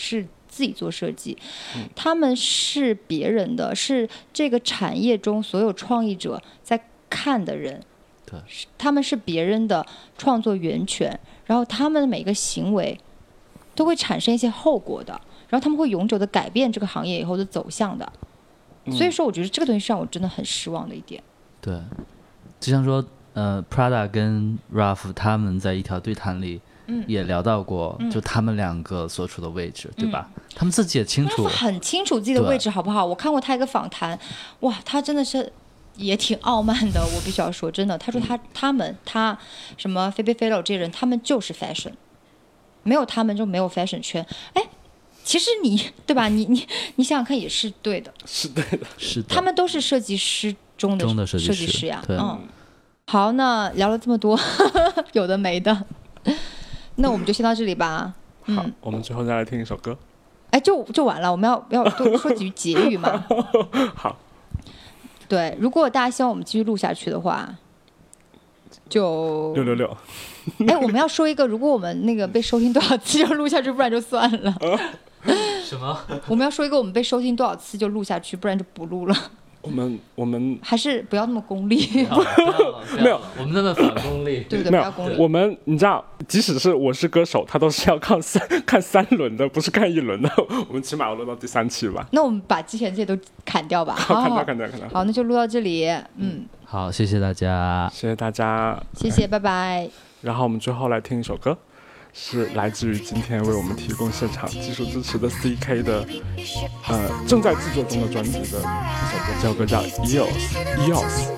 自己做设计，嗯、他们是别人的，是这个产业中所有创意者在看的人， 对， 他们是别人的创作源泉，然后他们的每个行为都会产生一些后果的，然后他们会永久的改变这个行业以后的走向的。所以说我觉得这个东西是让我真的很失望的一点。 对，就像说呃 Prada 跟 Ralph 他们在一条对谈里也聊到过、嗯、就他们两个所处的位置、嗯、对吧，他们自己也清楚， 很清楚自己的位置好不好。我看过他一个访谈，哇，他真的是也挺傲慢的，我必须要说真的，他说他他们他什么菲菲菲洛这些人，他们就是 fashion， 没有他们就没有 fashion 圈。哎，其实你对吧？你你你想想看，也是对的， 是对的， 是的。 他们都是设计师中的中的设计师, 设计师呀。 对， 嗯。好，那聊了这么多，有的没的，那我们就先到这里吧。 嗯、好，我们最后再来听一首歌。 哎，就就完了，我们要要多说几句结语嘛。 好。 对，如果大家希望我们继续录下去的话，就六六六。 哎，我们要说一个，如果我们那个被收听多少次就录下去，不然就算了。 什么？ 我们要说一个，我们被收听多少次就录下去，不然就不录了。 我们我们还是不要那么功利。 没有，我们那么反功利。 对对，不要功利。 我们你知道，即使是我是歌手，他都是要看三看三轮的，不是看一轮的。我们起码要录到第三期吧。 那我们把之前这些都砍掉吧。 好，砍掉，砍掉，砍掉。 好，那就录到这里。嗯。 好，谢谢大家， 谢谢大家， 谢谢，拜拜。 然后我们最后来听一首歌，是来自于今天为我们提供现场技术支持的 C K 的，呃，正在制作中的专辑的一首歌，这首歌叫 E O S E O S。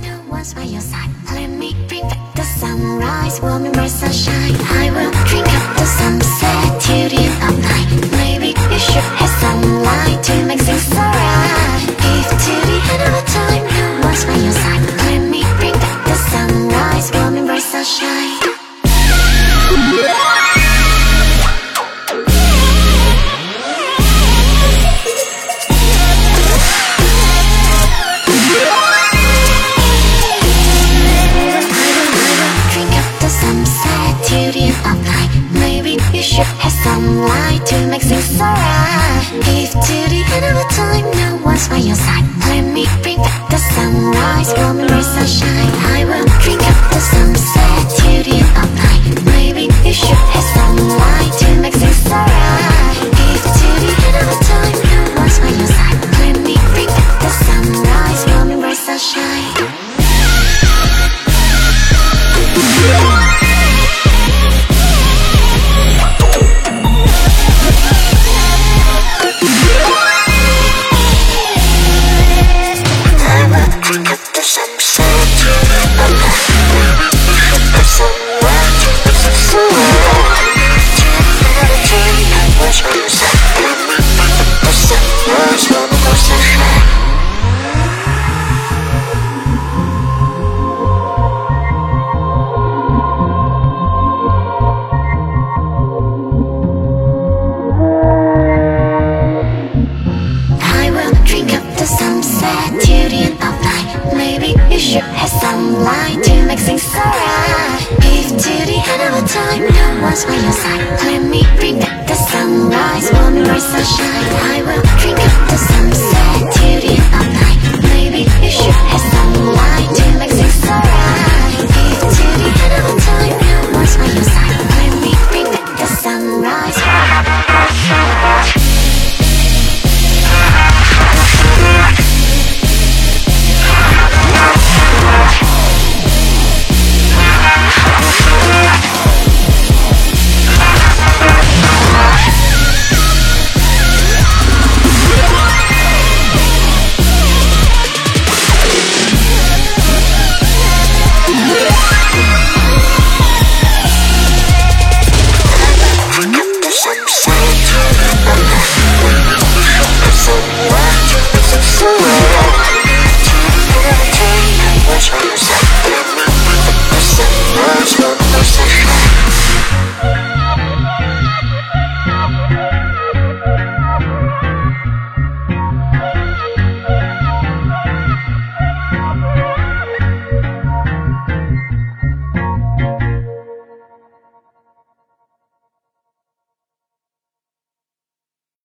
Sunlight to make things alright. If to the end of the time no one's by your side, let me bring back the sunrise, warm and bright sunshine. I will drink up the sunset to the end of night. Maybe you should have sunlight to make things alright. If to the end of the time no one's by your side, let me bring back the sunrise, warm and bright sunshine. Sunlight to make things alright. If to the end of the time no one's by your side, let me bring back the sunrise, warm and bright sunshine. I will drink up the sun.